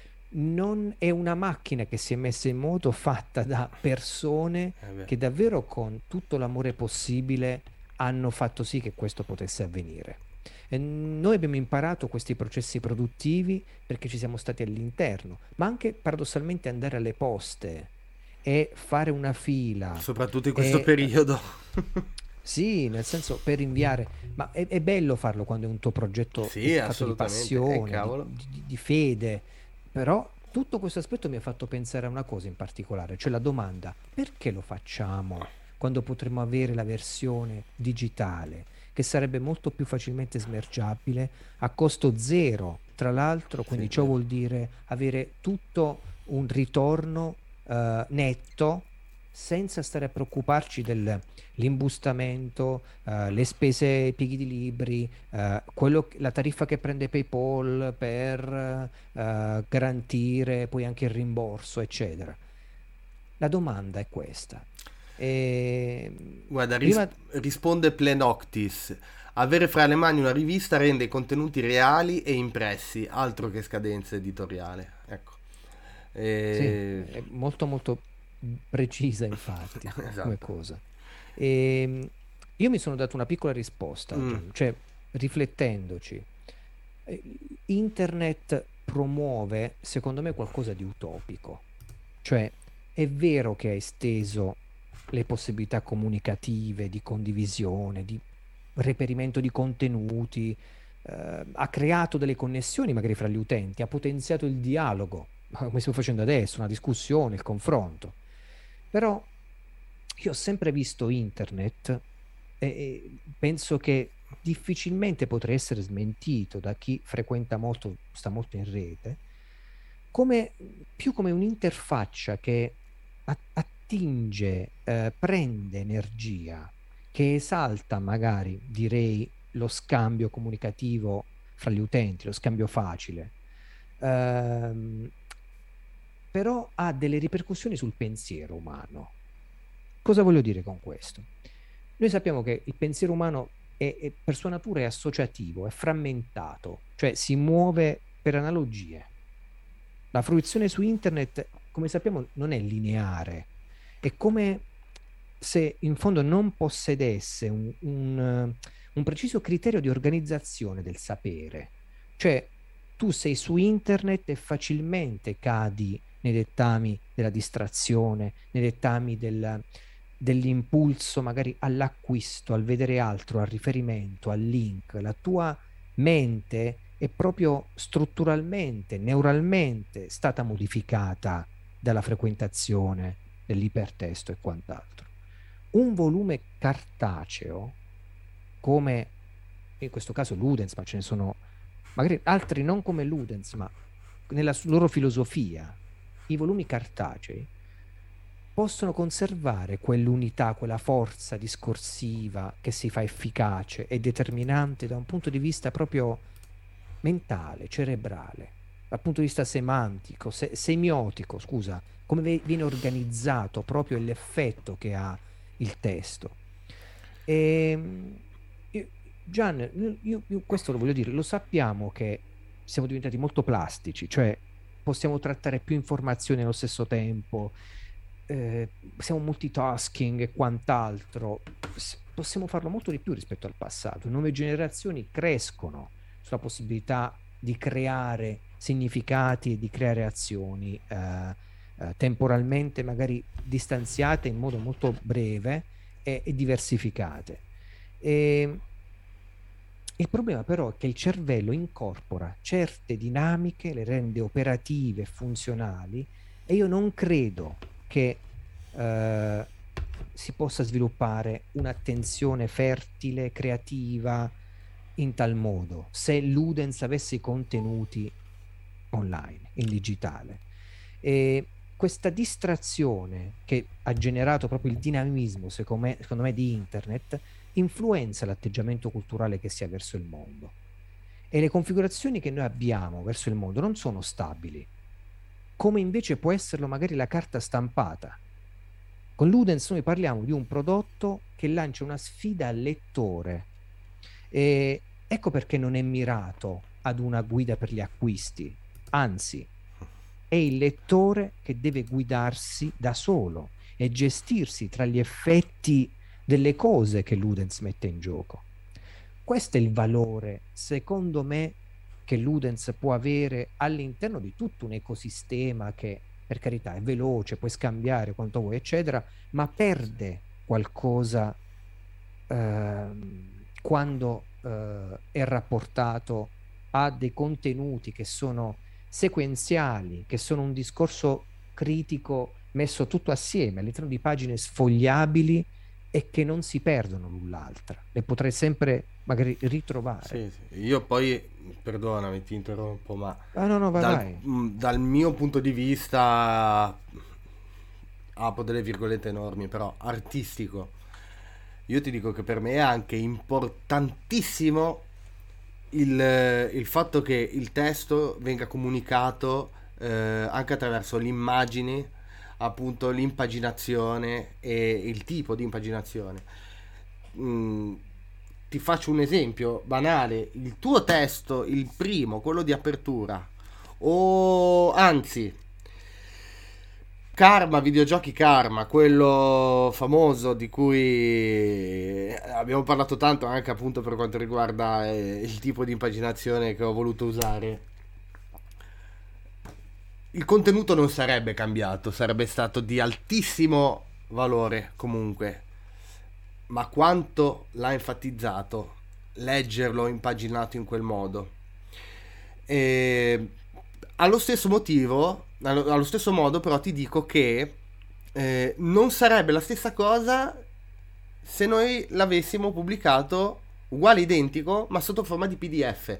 non è una macchina che si è messa in moto fatta da persone Eh beh. che davvero con tutto l'amore possibile hanno fatto sì che questo potesse avvenire. E noi abbiamo imparato questi processi produttivi perché ci siamo stati all'interno, ma anche paradossalmente andare alle poste e fare una fila Soprattutto in questo e eh, periodo. sì, nel senso per inviare, ma è, è bello farlo quando è un tuo progetto è Sì, fatto di assolutamente. Eh, passione, di, cavolo. di- di fede, però tutto questo aspetto mi ha fatto pensare a una cosa in particolare, cioè la domanda, perché lo facciamo quando potremmo avere la versione digitale, che sarebbe molto più facilmente smergiabile, a costo zero, tra l'altro, Sì, è quindi ciò vero. vuol dire avere tutto un ritorno eh, netto senza stare a preoccuparci dell'imbustamento, eh, le spese pieghi di libri, eh, quello che- la tariffa che prende PayPal per eh, garantire poi anche il rimborso, eccetera. La domanda è questa. E, Guarda, ris- prima, risponde Plenoctis. Avere fra le mani una rivista rende i contenuti reali e impressi, altro che scadenza editoriale. Ecco. sì, E... è molto molto precisa infatti come Esatto. cosa. E, io mi sono dato una piccola risposta, Mm, Gian, cioè riflettendoci. Eh, Internet promuove, secondo me, qualcosa di utopico. Cioè, è vero che ha esteso le possibilità comunicative, di condivisione, di reperimento di contenuti, eh, ha creato delle connessioni magari fra gli utenti, ha potenziato il dialogo, come stiamo facendo adesso, una discussione, il confronto. Però io ho sempre visto internet e, e penso che difficilmente potrei essere smentito da chi frequenta molto, sta molto in rete, come, più come un'interfaccia che a- attinge, eh, prende energia, che esalta magari, direi, lo scambio comunicativo fra gli utenti, lo scambio facile, ehm, però ha delle ripercussioni sul pensiero umano. Cosa voglio dire con questo? Noi sappiamo che il pensiero umano è, è per sua natura è associativo, è frammentato, cioè si muove per analogie. La fruizione su internet, come sappiamo, non è lineare. È come se in fondo non possedesse un, un, eh, un preciso criterio di organizzazione del sapere. Cioè, tu sei su internet e facilmente cadi nei dettami della distrazione, nei dettami del- dell'impulso magari all'acquisto, al vedere altro, al riferimento, al link. La tua mente è proprio strutturalmente, neuralmente stata modificata dalla frequentazione dell'ipertesto e quant'altro. Un volume cartaceo, come in questo caso Ludens, ma ce ne sono magari altri non come Ludens, ma nella s- loro filosofia, i volumi cartacei possono conservare quell'unità, quella forza discorsiva che si fa efficace e determinante da un punto di vista proprio mentale, cerebrale, dal punto di vista semantico, se- semiotico, scusa, come ve- viene organizzato proprio l'effetto che ha il testo. E, io- Gian, io, io questo lo voglio dire, lo sappiamo che siamo diventati molto plastici, cioè possiamo trattare più informazioni allo stesso tempo, eh, siamo multitasking e quant'altro, S- possiamo farlo molto di più rispetto al passato. Nuove generazioni crescono sulla possibilità di creare significati e di creare azioni eh, eh, temporalmente magari distanziate in modo molto breve e, e diversificate. E il problema però è che il cervello incorpora certe dinamiche, le rende operative e funzionali e io non credo che eh, si possa sviluppare un'attenzione fertile, creativa in tal modo se Ludens avesse i contenuti online, in digitale. E questa distrazione che ha generato proprio il dinamismo, secondo me, secondo me, di internet, influenza l'atteggiamento culturale che si ha verso il mondo. E le configurazioni che noi abbiamo verso il mondo non sono stabili, come invece può esserlo magari la carta stampata. Con Ludens noi parliamo di un prodotto che lancia una sfida al lettore. E ecco perché non è mirato ad una guida per gli acquisti, anzi, è il lettore che deve guidarsi da solo e gestirsi tra gli effetti delle cose che Ludens mette in gioco. Questo è il valore, secondo me, che Ludens può avere all'interno di tutto un ecosistema che, per carità, è veloce, puoi scambiare quanto vuoi, eccetera, ma perde qualcosa ehm, quando eh, è rapportato a dei contenuti che sono sequenziali, che sono un discorso critico messo tutto assieme all'interno di pagine sfogliabili e che non si perdono l'un l'altra. Le potrei sempre magari ritrovare. Sì, sì. Io poi, perdonami, ti interrompo, ma Ah no, no, vai, dal, vai. mh, dal mio punto di vista, apro delle virgolette enormi, però artistico, io ti dico che per me è anche importantissimo il, il fatto che il testo venga comunicato eh, anche attraverso le immagini, appunto l'impaginazione e il tipo di impaginazione. Mm, ti faccio un esempio banale: il tuo testo, il primo, quello di apertura, o anzi Karma, videogiochi Karma, quello famoso di cui abbiamo parlato tanto anche appunto per quanto riguarda eh, il tipo di impaginazione che ho voluto usare. Il contenuto non sarebbe cambiato, sarebbe stato di altissimo valore comunque, ma quanto l'ha enfatizzato leggerlo impaginato in quel modo. E allo stesso motivo, allo, allo stesso modo però ti dico che eh, non sarebbe la stessa cosa se noi l'avessimo pubblicato uguale identico ma sotto forma di P D F.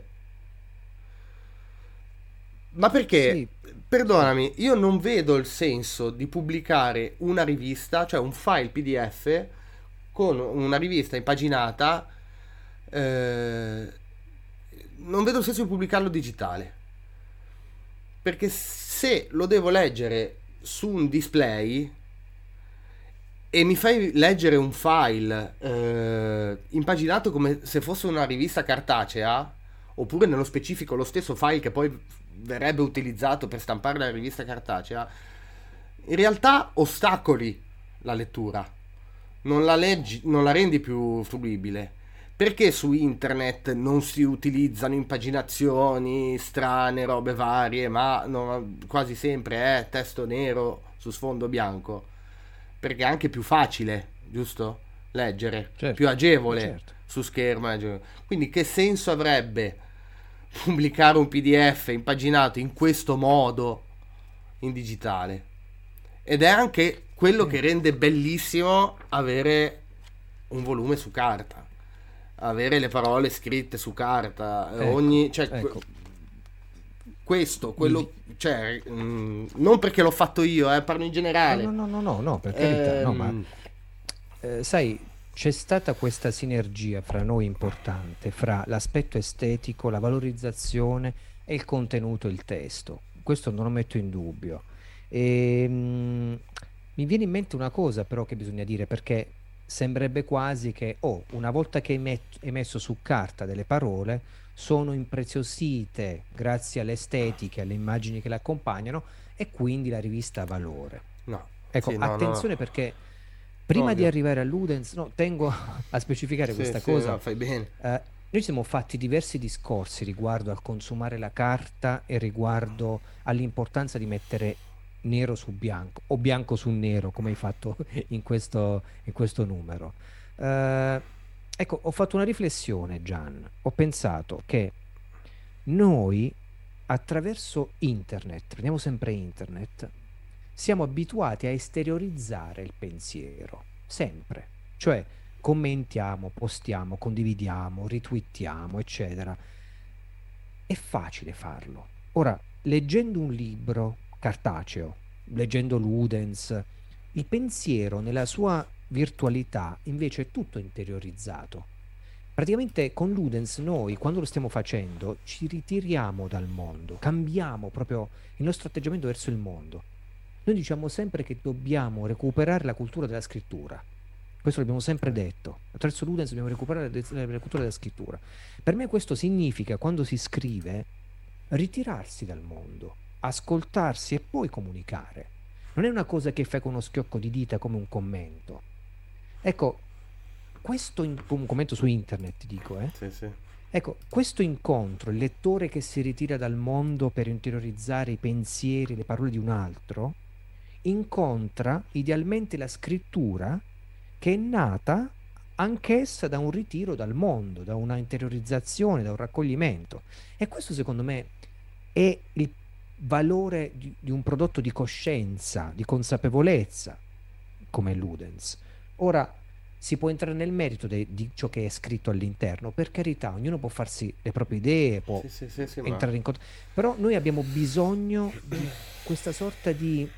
Ma perché? Sì, sì. Perdonami, io non vedo il senso di pubblicare una rivista, cioè un file P D F con una rivista impaginata. eh, Non vedo il senso di pubblicarlo digitale. Perché se lo devo leggere su un display e mi fai leggere un file eh, impaginato come se fosse una rivista cartacea, oppure nello specifico lo stesso file che poi verrebbe utilizzato per stampare la rivista cartacea, in realtà ostacoli la lettura, non la leggi, non la rendi più fruibile. Perché su internet non si utilizzano impaginazioni strane, robe varie, ma non- quasi sempre è testo nero su sfondo bianco? Perché è anche più facile, giusto? Leggere, più Certo, ma agevole certo. su schermo. agevole. Quindi che senso avrebbe pubblicare un P D F impaginato in questo modo in digitale? Ed è anche quello Sì, che rende bellissimo avere un volume su carta, avere le parole scritte su carta, eh, ecco, ogni, cioè, que- ecco. questo, Mi vi- quello, cioè, mm, non perché l'ho fatto io, eh, parlo in No, no, generale. no, no, no, no, per carità, no, ma Ehm, eh, sai, c'è stata questa sinergia fra noi importante, fra l'aspetto estetico, la valorizzazione e il contenuto, il testo. Questo non lo metto in dubbio. E, mm, mi viene in mente una cosa però che bisogna dire, perché sembrerebbe quasi che, oh, una volta che hai met- hai messo su carta delle parole, sono impreziosite grazie alle estetiche, alle immagini che le accompagnano e quindi la rivista ha valore. no, Ecco, sì, no, no, attenzione perché prima di ovvio. arrivare a Ludens, no, tengo a specificare Sì, questa sì, no, cosa. fai bene. Eh, noi siamo fatti diversi discorsi riguardo al consumare la carta e riguardo all'importanza di mettere nero su bianco o bianco su nero, come hai fatto in questo, in questo numero. Eh, ecco, ho fatto una riflessione, Gian. Ho pensato che noi, attraverso internet, prendiamo sempre internet, siamo abituati a esteriorizzare il pensiero, sempre. Cioè, commentiamo, postiamo, condividiamo, ritwittiamo, eccetera. È facile farlo. Ora, leggendo un libro cartaceo, leggendo Ludens, il pensiero nella sua virtualità invece è tutto interiorizzato. Praticamente con Ludens noi, quando lo stiamo facendo, ci ritiriamo dal mondo, cambiamo proprio il nostro atteggiamento verso il mondo. Noi diciamo sempre che dobbiamo recuperare la cultura della scrittura. Questo l'abbiamo sempre detto. Attraverso Ludens dobbiamo recuperare la la cultura della scrittura. Per me questo significa, quando si scrive, ritirarsi dal mondo, ascoltarsi e poi comunicare. Non è una cosa che fai con uno schiocco di dita come un commento. Ecco, questo in- un commento su internet, dico, eh. Sì, sì. Ecco, questo incontro, il lettore che si ritira dal mondo per interiorizzare i pensieri, le parole di un altro, incontra idealmente la scrittura che è nata anch'essa da un ritiro dal mondo, da una interiorizzazione, da un raccoglimento. E questo secondo me è il valore di, di un prodotto di coscienza, di consapevolezza, come Ludens. Ora si può entrare nel merito de- di ciò che è scritto all'interno, per carità, ognuno può farsi le proprie idee, può Sì, sì, sì, sì, ma... entrare in contatto, però noi abbiamo bisogno di questa sorta di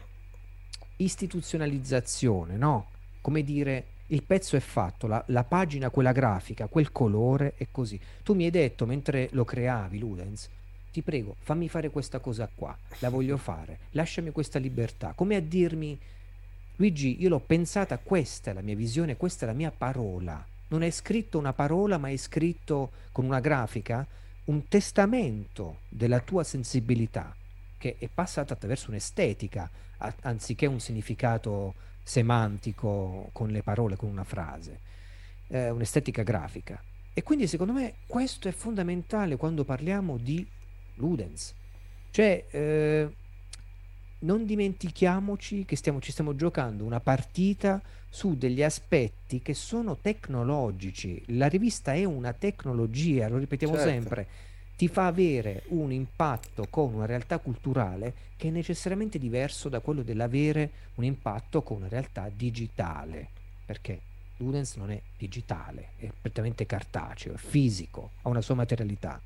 istituzionalizzazione, no? Come dire, il pezzo è fatto, la, la pagina, quella grafica, quel colore è così. Tu mi hai detto mentre lo creavi, Ludens, ti prego, fammi fare questa cosa qua, la voglio fare, lasciami questa libertà, come a dirmi, Luigi, io l'ho pensata, questa è la mia visione, questa è la mia parola. Non è scritto una parola, ma è scritto con una grafica un testamento della tua sensibilità, che è passata attraverso un'estetica, a- anziché un significato semantico con le parole, con una frase, eh, un'estetica grafica. E quindi secondo me questo è fondamentale quando parliamo di Ludens. Cioè, eh, non dimentichiamoci che stiamo, ci stiamo giocando una partita su degli aspetti che sono tecnologici. La rivista è una tecnologia, lo ripetiamo Certo. sempre, ti fa avere un impatto con una realtà culturale che è necessariamente diverso da quello dell'avere un impatto con una realtà digitale, perché Ludens non è digitale, è prettamente cartaceo, è fisico, ha una sua materialità.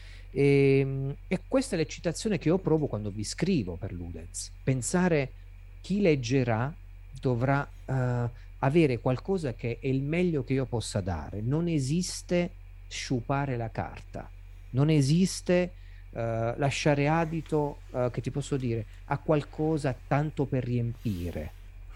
E, e questa è l'eccitazione che io provo quando vi scrivo per Ludens. Pensare chi leggerà dovrà eh, avere qualcosa che è il meglio che io possa dare. Non esiste sciupare la carta, non esiste eh, lasciare adito, eh, che ti posso dire, a qualcosa tanto per riempire.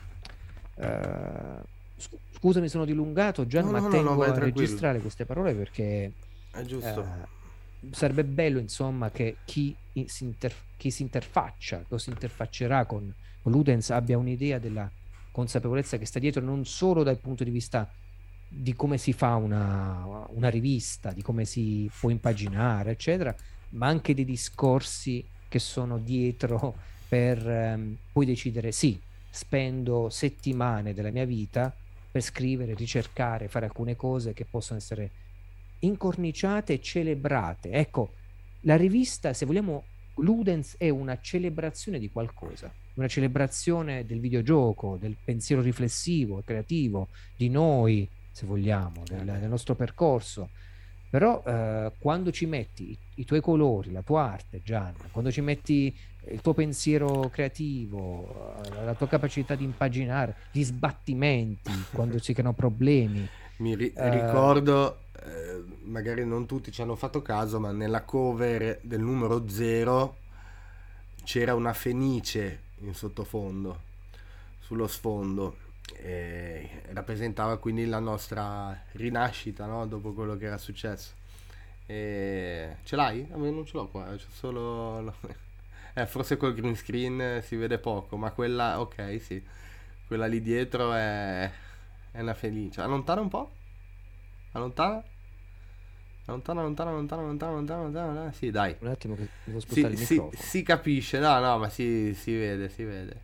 Eh, scu- scusami, sono dilungato, Gian, No, ma no, no, no, tengo vai a tranquillo. registrare queste parole perché È giusto. eh, sarebbe bello, insomma, che chi i- si, inter- chi si interfaccia, o si interfaccerà con, con Ludens abbia un'idea della consapevolezza che sta dietro, non solo dal punto di vista di come si fa una, una rivista, di come si può impaginare, eccetera, ma anche dei discorsi che sono dietro per ehm, poi decidere, sì, spendo settimane della mia vita per scrivere, ricercare, fare alcune cose che possono essere incorniciate e celebrate. Ecco, la rivista, se vogliamo, Ludens è una celebrazione di qualcosa, una celebrazione del videogioco, del pensiero riflessivo, creativo, di noi, se vogliamo, del, Eh del beh. nostro percorso. Però eh, quando ci metti i, i tuoi colori, la tua arte, Gian, quando ci metti il tuo pensiero creativo, eh, la tua capacità di impaginare, gli sbattimenti, quando si creano problemi, Mi ri- eh, ricordo, eh, magari non tutti ci hanno fatto caso, ma nella cover del numero zero c'era una fenice in sottofondo, sullo sfondo, e rappresentava quindi la nostra rinascita, no? Dopo quello che era successo. E... Ce l'hai? A me non ce l'ho qua, c'è solo... Eh, forse col green screen si vede poco, ma quella, ok, sì, quella lì dietro è, è una felice. Allontana un po'? Allontana? Allontana, allontana, allontana, allontana, allontana, allontana. Sì, dai. un attimo che devo spostare Si, il si, microfono. si capisce, no, no, ma si, si vede, si vede.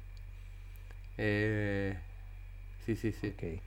E... Sì, sì, sì. Ok.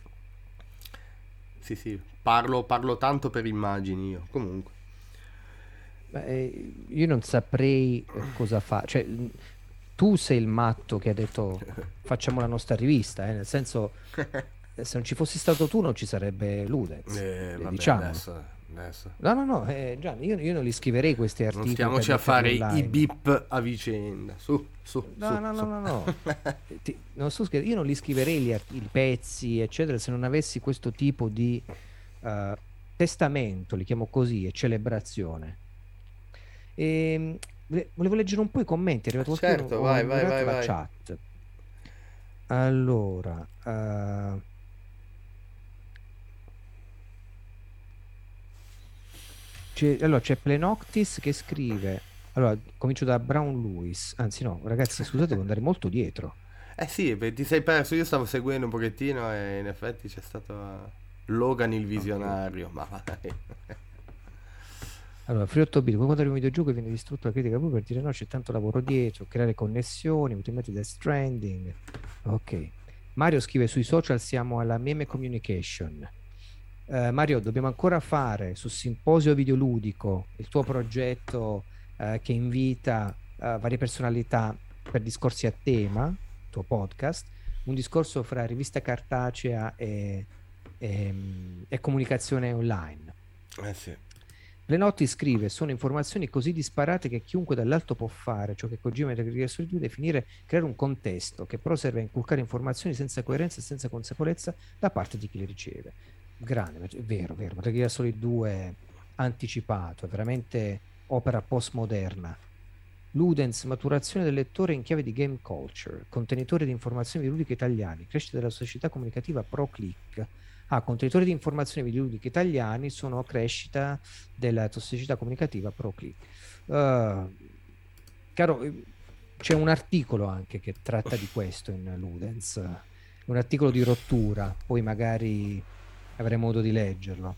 Sì, sì, parlo, parlo tanto per immagini io, comunque. Beh, eh, io non saprei eh, cosa fa. Cioè, mh, tu sei il matto che ha detto facciamo la nostra rivista, eh, nel senso, eh, se non ci fossi stato tu non ci sarebbe Ludens, Eh, eh, vabbè, diciamolo. adesso, adesso. No, no, no, eh, Gianni, io, io non li scriverei questi Non articoli per stiamoci a metterli fare i online. beep a vicenda. Su, su, No, su, no, no, su. no, no. Eh, ti- non sto scherzando, io non li scriverei gli art- i pezzi, eccetera, se non avessi questo tipo di eh, testamento, li chiamo così, e celebrazione. E, volevo leggere un po' i commenti, è arrivato qualcuno, Certo, ho vai, vai, ignorato vai, la vai. chat. Allora, eh, c'è, allora, c'è Plenoctis che scrive, allora, comincio da Brown Lewis, anzi no, ragazzi, scusate, devo andare molto dietro. Eh sì, beh, ti sei perso, io stavo seguendo un pochettino e in effetti c'è stato... Logan il visionario, okay. Ma vai. Allora, Free otto bit, quando arriva un videogioco e viene distrutto la critica poi per dire no, c'è tanto lavoro dietro, creare connessioni, ultimate Death Stranding. Ok. Mario scrive sui social siamo alla meme communication. Uh, Mario, dobbiamo ancora fare sul simposio videoludico il tuo progetto uh, che invita uh, varie personalità per discorsi a tema, il tuo podcast, un discorso fra rivista cartacea e, e, e comunicazione online. Eh sì. Plenotti scrive: sono informazioni così disparate che chiunque dall'alto può fare ciò che Kojima e Metal Gear Solid due definire creare un contesto che però serve a inculcare informazioni senza coerenza e senza consapevolezza da parte di chi le riceve. Grande, è vero, vero. Metal Gear Solid due anticipato, è veramente opera postmoderna. Ludens, maturazione del lettore in chiave di game culture, contenitore di informazioni videoludiche italiani, crescita della società comunicativa pro click. Ah, contenitori di informazioni videoludiche italiani sono crescita della tossicità comunicativa pro click. Uh, caro, c'è un articolo anche che tratta di questo in Ludens, un articolo di rottura, poi magari avremo modo di leggerlo.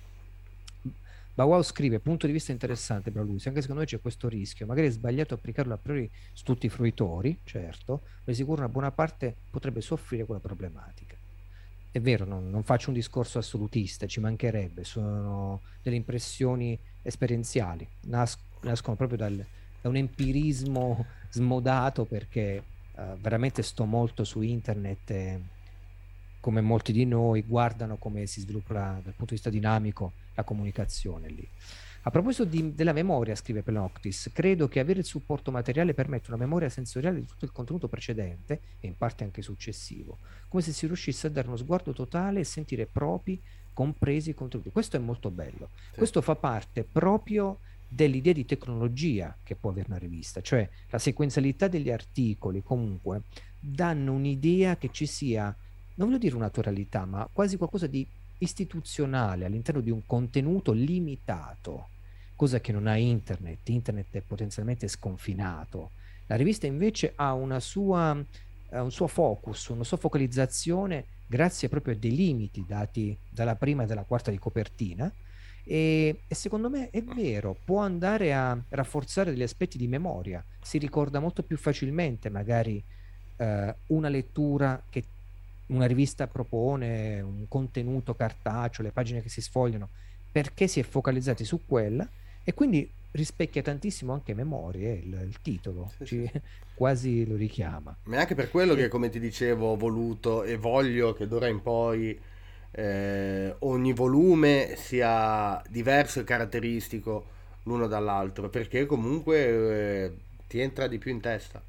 Bawau scrive: punto di vista interessante per lui, anche secondo me c'è questo rischio, magari è sbagliato applicarlo a priori su tutti i fruitori, certo, ma di sicuro una buona parte potrebbe soffrire quella problematica. È vero, non, non faccio un discorso assolutista, ci mancherebbe, sono delle impressioni esperienziali, Nas- nascono proprio dal, da un empirismo smodato, perché uh, veramente sto molto su internet e, come molti di noi, guardano come si sviluppa la, dal punto di vista dinamico la comunicazione lì. A proposito di, della memoria, scrive Peloctis, credo che avere il supporto materiale permette una memoria sensoriale di tutto il contenuto precedente e in parte anche successivo, come se si riuscisse a dare uno sguardo totale e sentire propri, compresi i contenuti. Questo è molto bello. Sì. Questo fa parte proprio dell'idea di tecnologia che può avere una rivista, cioè la sequenzialità degli articoli comunque danno un'idea che ci sia, non voglio dire una naturalità, ma quasi qualcosa di istituzionale all'interno di un contenuto limitato, cosa che non ha internet. Internet è potenzialmente sconfinato. La rivista invece ha una sua, uh, un suo focus, una sua focalizzazione grazie proprio a dei limiti dati dalla prima e dalla quarta di copertina, e, e secondo me è vero, può andare a rafforzare degli aspetti di memoria, si ricorda molto più facilmente magari uh, una lettura che una rivista propone, un contenuto cartaceo, le pagine che si sfogliano, perché si è focalizzati su quella, e quindi rispecchia tantissimo anche memorie, il, il titolo sì, ci, sì. quasi lo richiama. Ma è anche per quello e... che, come ti dicevo, ho voluto e voglio che d'ora in poi eh, ogni volume sia diverso e caratteristico l'uno dall'altro, perché comunque eh, ti entra di più in testa.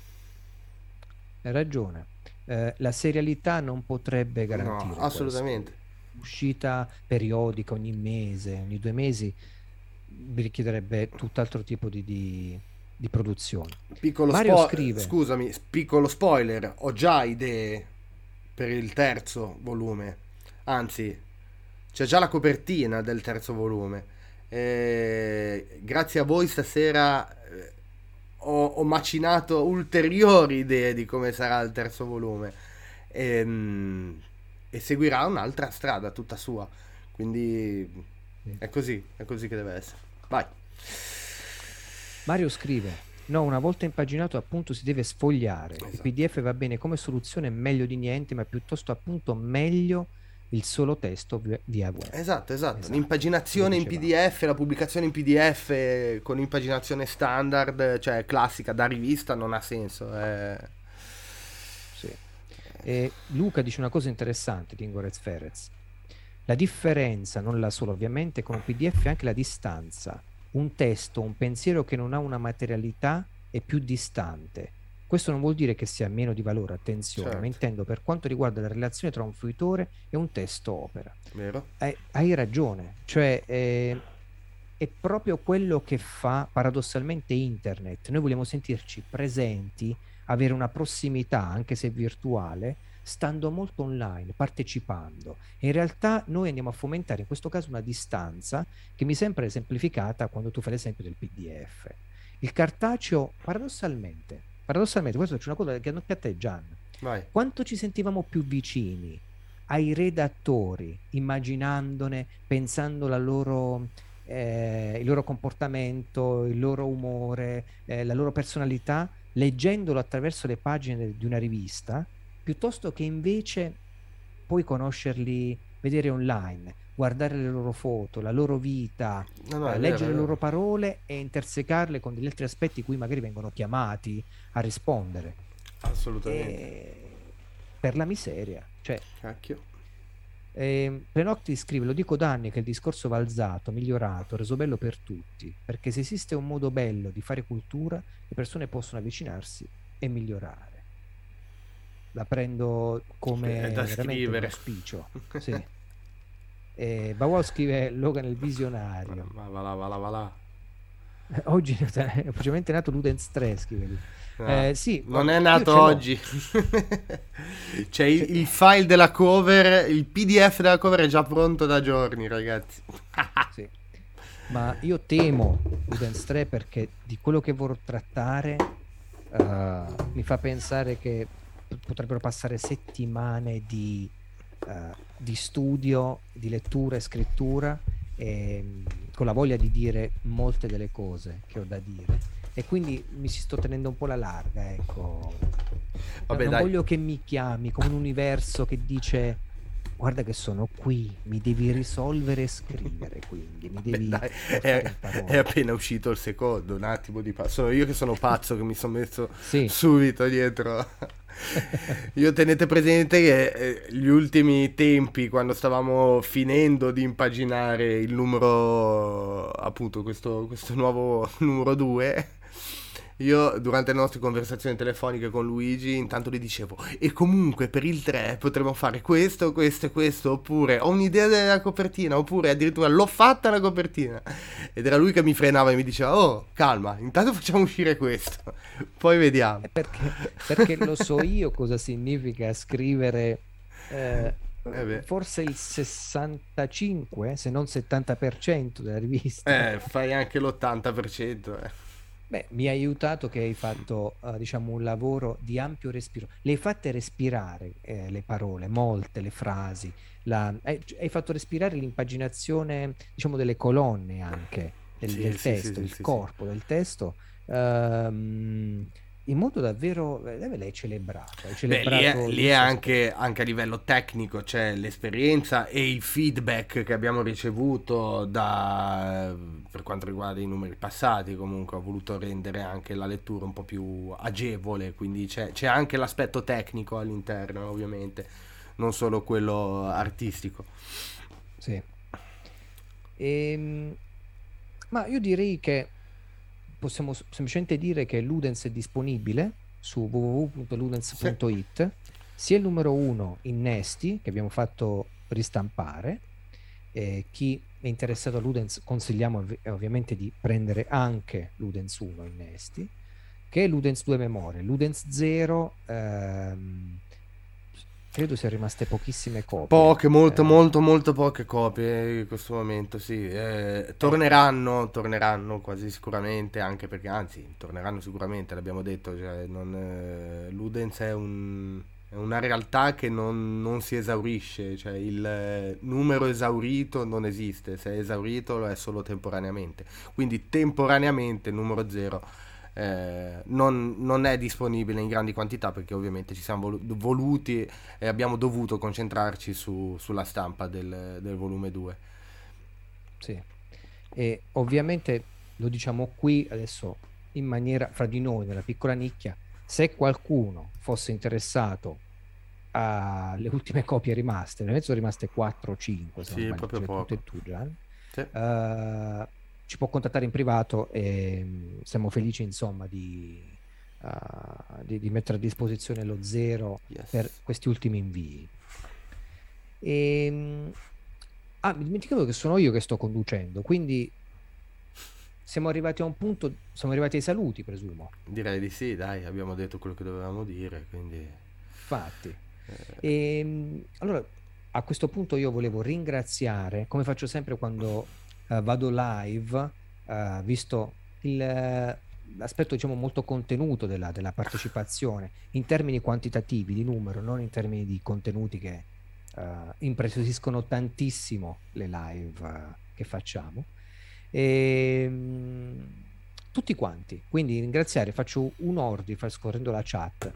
Hai ragione. Eh, la serialità non potrebbe garantire no, assolutamente questo. Uscita periodica ogni mese, ogni due mesi vi richiederebbe tutt'altro tipo di, di, di produzione. Piccolo Mario spo- scrive, scusami, piccolo spoiler, ho già idee per il terzo volume, anzi c'è già la copertina del terzo volume. Eh, grazie a voi stasera eh, Ho, ho macinato ulteriori idee di come sarà il terzo volume e, e seguirà un'altra strada tutta sua, quindi è così, è così che deve essere. Vai. Mario scrive: no, una volta impaginato appunto si deve sfogliare, esatto. Il P D F va bene come soluzione, meglio di niente, ma piuttosto appunto meglio il solo testo via web. Esatto, esatto, esatto. L'impaginazione in P D F, la pubblicazione in P D F con impaginazione standard, cioè classica da rivista, non ha senso. Eh. Sì. E Luca dice una cosa interessante, Dingorez Ferez. La differenza, non la sola ovviamente, con un P D F è anche la distanza. Un testo, un pensiero che non ha una materialità è più distante. Questo non vuol dire che sia meno di valore, attenzione, certo. Ma intendo per quanto riguarda la relazione tra un fruitore e un testo opera. Vero? Hai, hai ragione, cioè eh, è proprio quello che fa paradossalmente internet. Noi vogliamo sentirci presenti, avere una prossimità, anche se virtuale, stando molto online, partecipando. E in realtà noi andiamo a fomentare in questo caso una distanza che mi sembra esemplificata quando tu fai l'esempio del P D F. Il cartaceo, paradossalmente, Paradossalmente, questo c'è una cosa che anche a te, Gian. Vai. Quanto ci sentivamo più vicini ai redattori, immaginandone, pensando la loro, eh, il loro comportamento, il loro umore, eh, la loro personalità, leggendolo attraverso le pagine di una rivista, piuttosto che invece poi conoscerli, vedere online, guardare le loro foto, la loro vita, No, no, eh, è vero, leggere è le loro vero. parole e intersecarle con degli altri aspetti cui magari vengono chiamati a rispondere. Assolutamente. E per la miseria, cioè, Cacchio. eh, Prenocti scrive: lo dico da anni che il discorso va alzato, migliorato, reso bello per tutti, perché se esiste un modo bello di fare cultura, le persone possono avvicinarsi e migliorare. La prendo È da come veramente un scrivere. auspicio, sì. E Bawol scrive Logan il visionario. Ma va là, va là, va là. Oggi è ufficialmente nato Ludens tre, scrive lui. No, Eh, sì, non è io nato ce l'ho. oggi. C'è il, Ce- il file della cover, il P D F della cover è già pronto da giorni, ragazzi. Sì. Ma io temo Ludens tre perché di quello che vorrò trattare eh, mi fa pensare che p- potrebbero passare settimane di, eh, di studio, di lettura e scrittura, e, mh, con la voglia di dire molte delle cose che ho da dire. E quindi mi si sto tenendo un po' la larga, ecco. No- Vabbè, non dai. voglio che mi chiami come un universo che dice: guarda che sono qui, mi devi risolvere e scrivere, quindi mi Beh, devi dai, portare è, in parola. è appena uscito il secondo, un attimo di pazzo. Sono io che sono pazzo che mi sono messo Sì. subito dietro. Io tenete presente che eh, gli ultimi tempi, quando stavamo finendo di impaginare il numero, appunto, questo, questo nuovo numero due, io durante le nostre conversazioni telefoniche con Luigi, intanto gli dicevo, e comunque per il tre potremmo fare questo, questo e questo, oppure ho un'idea della copertina, oppure addirittura l'ho fatta la copertina. Ed era lui che mi frenava e mi diceva, oh, calma, intanto facciamo uscire questo, poi vediamo. Eh, Perché, perché lo so io cosa significa scrivere eh, Eh beh. forse il sessantacinque, se non settanta per cento della rivista. Eh, fai anche l'ottanta per cento. Eh. Beh, mi ha aiutato che hai fatto, eh, diciamo, un lavoro di ampio respiro. Le hai fatte respirare, eh, le parole, molte, le frasi. La- hai, hai fatto respirare l'impaginazione, diciamo, delle colonne anche, del, Sì, del sì, sì, testo, sì, il sì, sì. corpo del testo, ehm, in modo davvero... eh, l'hai celebrato, hai Beh, lì è, celebrato lì il è suo anche, aspetto. anche a livello tecnico, cioè l'esperienza e il feedback che abbiamo ricevuto da, per quanto riguarda i numeri passati. Comunque ho voluto rendere anche la lettura un po' più agevole, quindi c'è, c'è anche l'aspetto tecnico all'interno, ovviamente, non solo quello artistico. Sì. Ehm, ma io direi che possiamo s- semplicemente dire che Ludens è disponibile su w w w punto ludens Sì. punto it, sia il numero uno innesti che abbiamo fatto ristampare. Eh, chi è interessato a Ludens consigliamo ovvi- ovviamente di prendere anche Ludens uno innesti, che è Ludens due memorie. Ludens zero, ehm, credo siano rimaste pochissime copie. Poche, molto, Eh, molto, molto poche copie in questo momento, sì. Eh, ecco, torneranno, torneranno quasi sicuramente, anche perché, anzi, torneranno sicuramente, l'abbiamo detto, cioè, non, eh, Ludens è un- è una realtà che non, non si esaurisce, cioè il eh, numero esaurito non esiste, se è esaurito lo è solo temporaneamente. Quindi temporaneamente il numero zero eh, non, non è disponibile in grandi quantità perché ovviamente ci siamo volu- voluti e abbiamo dovuto concentrarci su- sulla stampa del, del volume due. sì. E ovviamente lo diciamo qui adesso in maniera fra di noi, nella piccola nicchia, se qualcuno fosse interessato alle ultime copie rimaste, veramente sono rimaste quattro o cinque se non Sì, sbaglio, proprio ce le hai tutte poco. e tu Gian, Sì. eh, ci può contattare in privato e mh, siamo felici insomma di, uh, di, di mettere a disposizione lo zero per Yes. questi ultimi invii. E, mh, ah, mi dimenticavo che sono io che sto conducendo, quindi siamo arrivati a un punto, siamo arrivati ai saluti, presumo. Direi di sì, dai, abbiamo detto quello che dovevamo dire, quindi... Infatti. eh, Ehm, allora, a questo punto io volevo ringraziare, come faccio sempre quando eh, vado live, eh, visto il, eh, l'aspetto, diciamo, molto contenuto della, della partecipazione, in termini quantitativi, di numero, non in termini di contenuti che uh, impreziosiscono tantissimo le live uh, che facciamo. E, mh, tutti quanti, quindi ringraziare, faccio un ordine, far scorrendo la chat,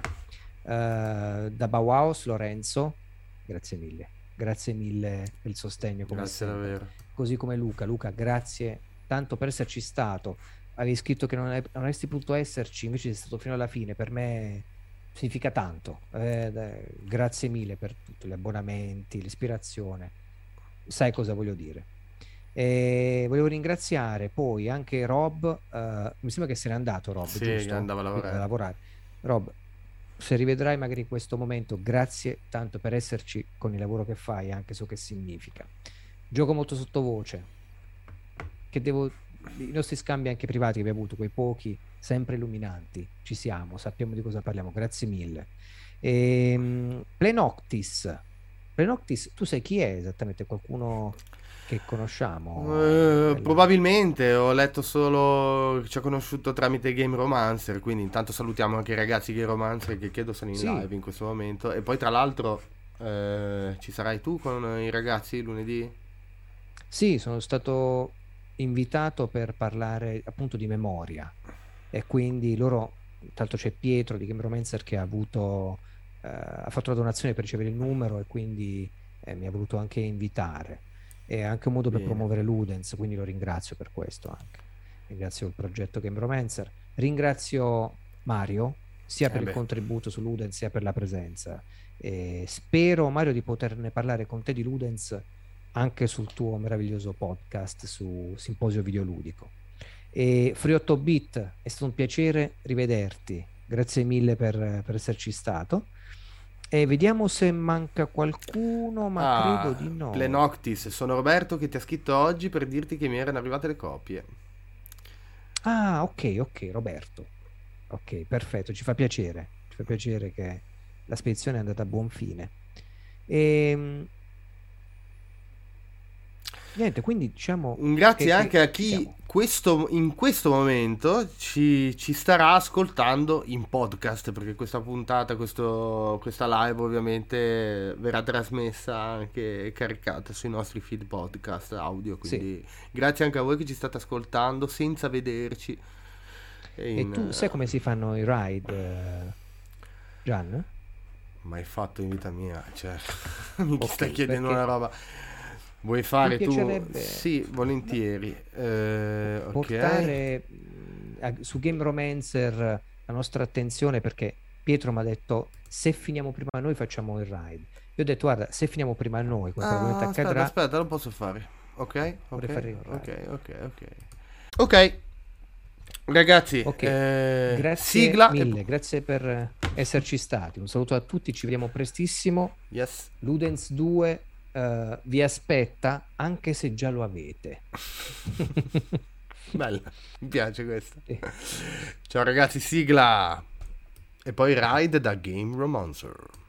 uh, da Bauhaus Lorenzo, grazie mille, grazie mille per il sostegno, come Grazie sempre. davvero. Così come Luca, Luca grazie tanto per esserci stato, avevi scritto che non, è, non avresti potuto esserci, invece sei stato fino alla fine, per me significa tanto, eh, dai, grazie mille per tutto, gli abbonamenti, l'ispirazione, sai cosa voglio dire. E volevo ringraziare poi anche Rob, uh, mi sembra che se n'è andato Rob, Sì, giusto? che andava a lavorare. A lavorare. Rob, se rivedrai magari in questo momento, grazie tanto per esserci con il lavoro che fai, anche so che significa. Gioco molto sottovoce, che devo, i nostri scambi anche privati che abbiamo avuto, quei pochi, sempre illuminanti, ci siamo, sappiamo di cosa parliamo, grazie mille. E, Plenoctis, Plenoctis, tu sai chi è esattamente? Qualcuno che conosciamo? Uh, Nella... probabilmente ho letto solo, ci ho conosciuto tramite Game Romancer, quindi intanto salutiamo anche i ragazzi Game Romancer che credo sono in Sì. live in questo momento. E poi tra l'altro eh, ci sarai tu con i ragazzi lunedì? Sì, sono stato invitato per parlare appunto di memoria e quindi loro, tra l'altro c'è Pietro di Game Romancer che ha avuto, eh, ha fatto la donazione per ricevere il numero e quindi eh, mi ha voluto anche invitare. È anche un modo per Bene. promuovere Ludens, quindi lo ringrazio per questo anche. Ringrazio il progetto Game Romancer, ringrazio Mario sia Eh per il beh. contributo su Ludens sia per la presenza. E spero, Mario, di poterne parlare con te di Ludens anche sul tuo meraviglioso podcast su Simposio Videoludico. E Free otto bit, è stato un piacere rivederti, grazie mille per, per esserci stato. E vediamo se manca qualcuno, ma Ah, credo di no. Plenoctis, sono Roberto che ti ha scritto oggi per dirti che mi erano arrivate le copie. Ah, ok, ok, Roberto. Ok, perfetto, ci fa piacere. Ci fa piacere che la spedizione è andata a buon fine. E niente, quindi diciamo Un grazie che- anche che a ci chi siamo. questo, in questo momento ci, ci starà ascoltando in podcast, perché questa puntata, questo, questa live ovviamente verrà trasmessa anche e caricata sui nostri feed podcast audio, quindi grazie anche a voi che ci state ascoltando senza vederci. E in- tu sai come si fanno i ride, eh, Gian? Mai fatto in vita mia, cioè mi Ok, stai chiedendo perché una roba. Vuoi fare mi tu? piacerebbe Sì, volentieri. Eh, ok. portare mh, a- su Game Romancer la nostra attenzione, perché Pietro mi ha detto se finiamo prima noi facciamo il ride. Io ho detto guarda, se finiamo prima noi, come Ah, probabilmente aspetta, accadrà, aspetta, lo posso fare. Ok, vorrei ok, fare il ok, ride. ok, ok. Ok, ragazzi, Ok, eh, grazie sigla e- mille, grazie per esserci stati. Un saluto a tutti, ci vediamo prestissimo. Yes. Ludens due eh, vi aspetta, anche se già lo avete. Bella, mi piace questa. Eh. Ciao ragazzi, sigla. E poi ride da Game Romancer.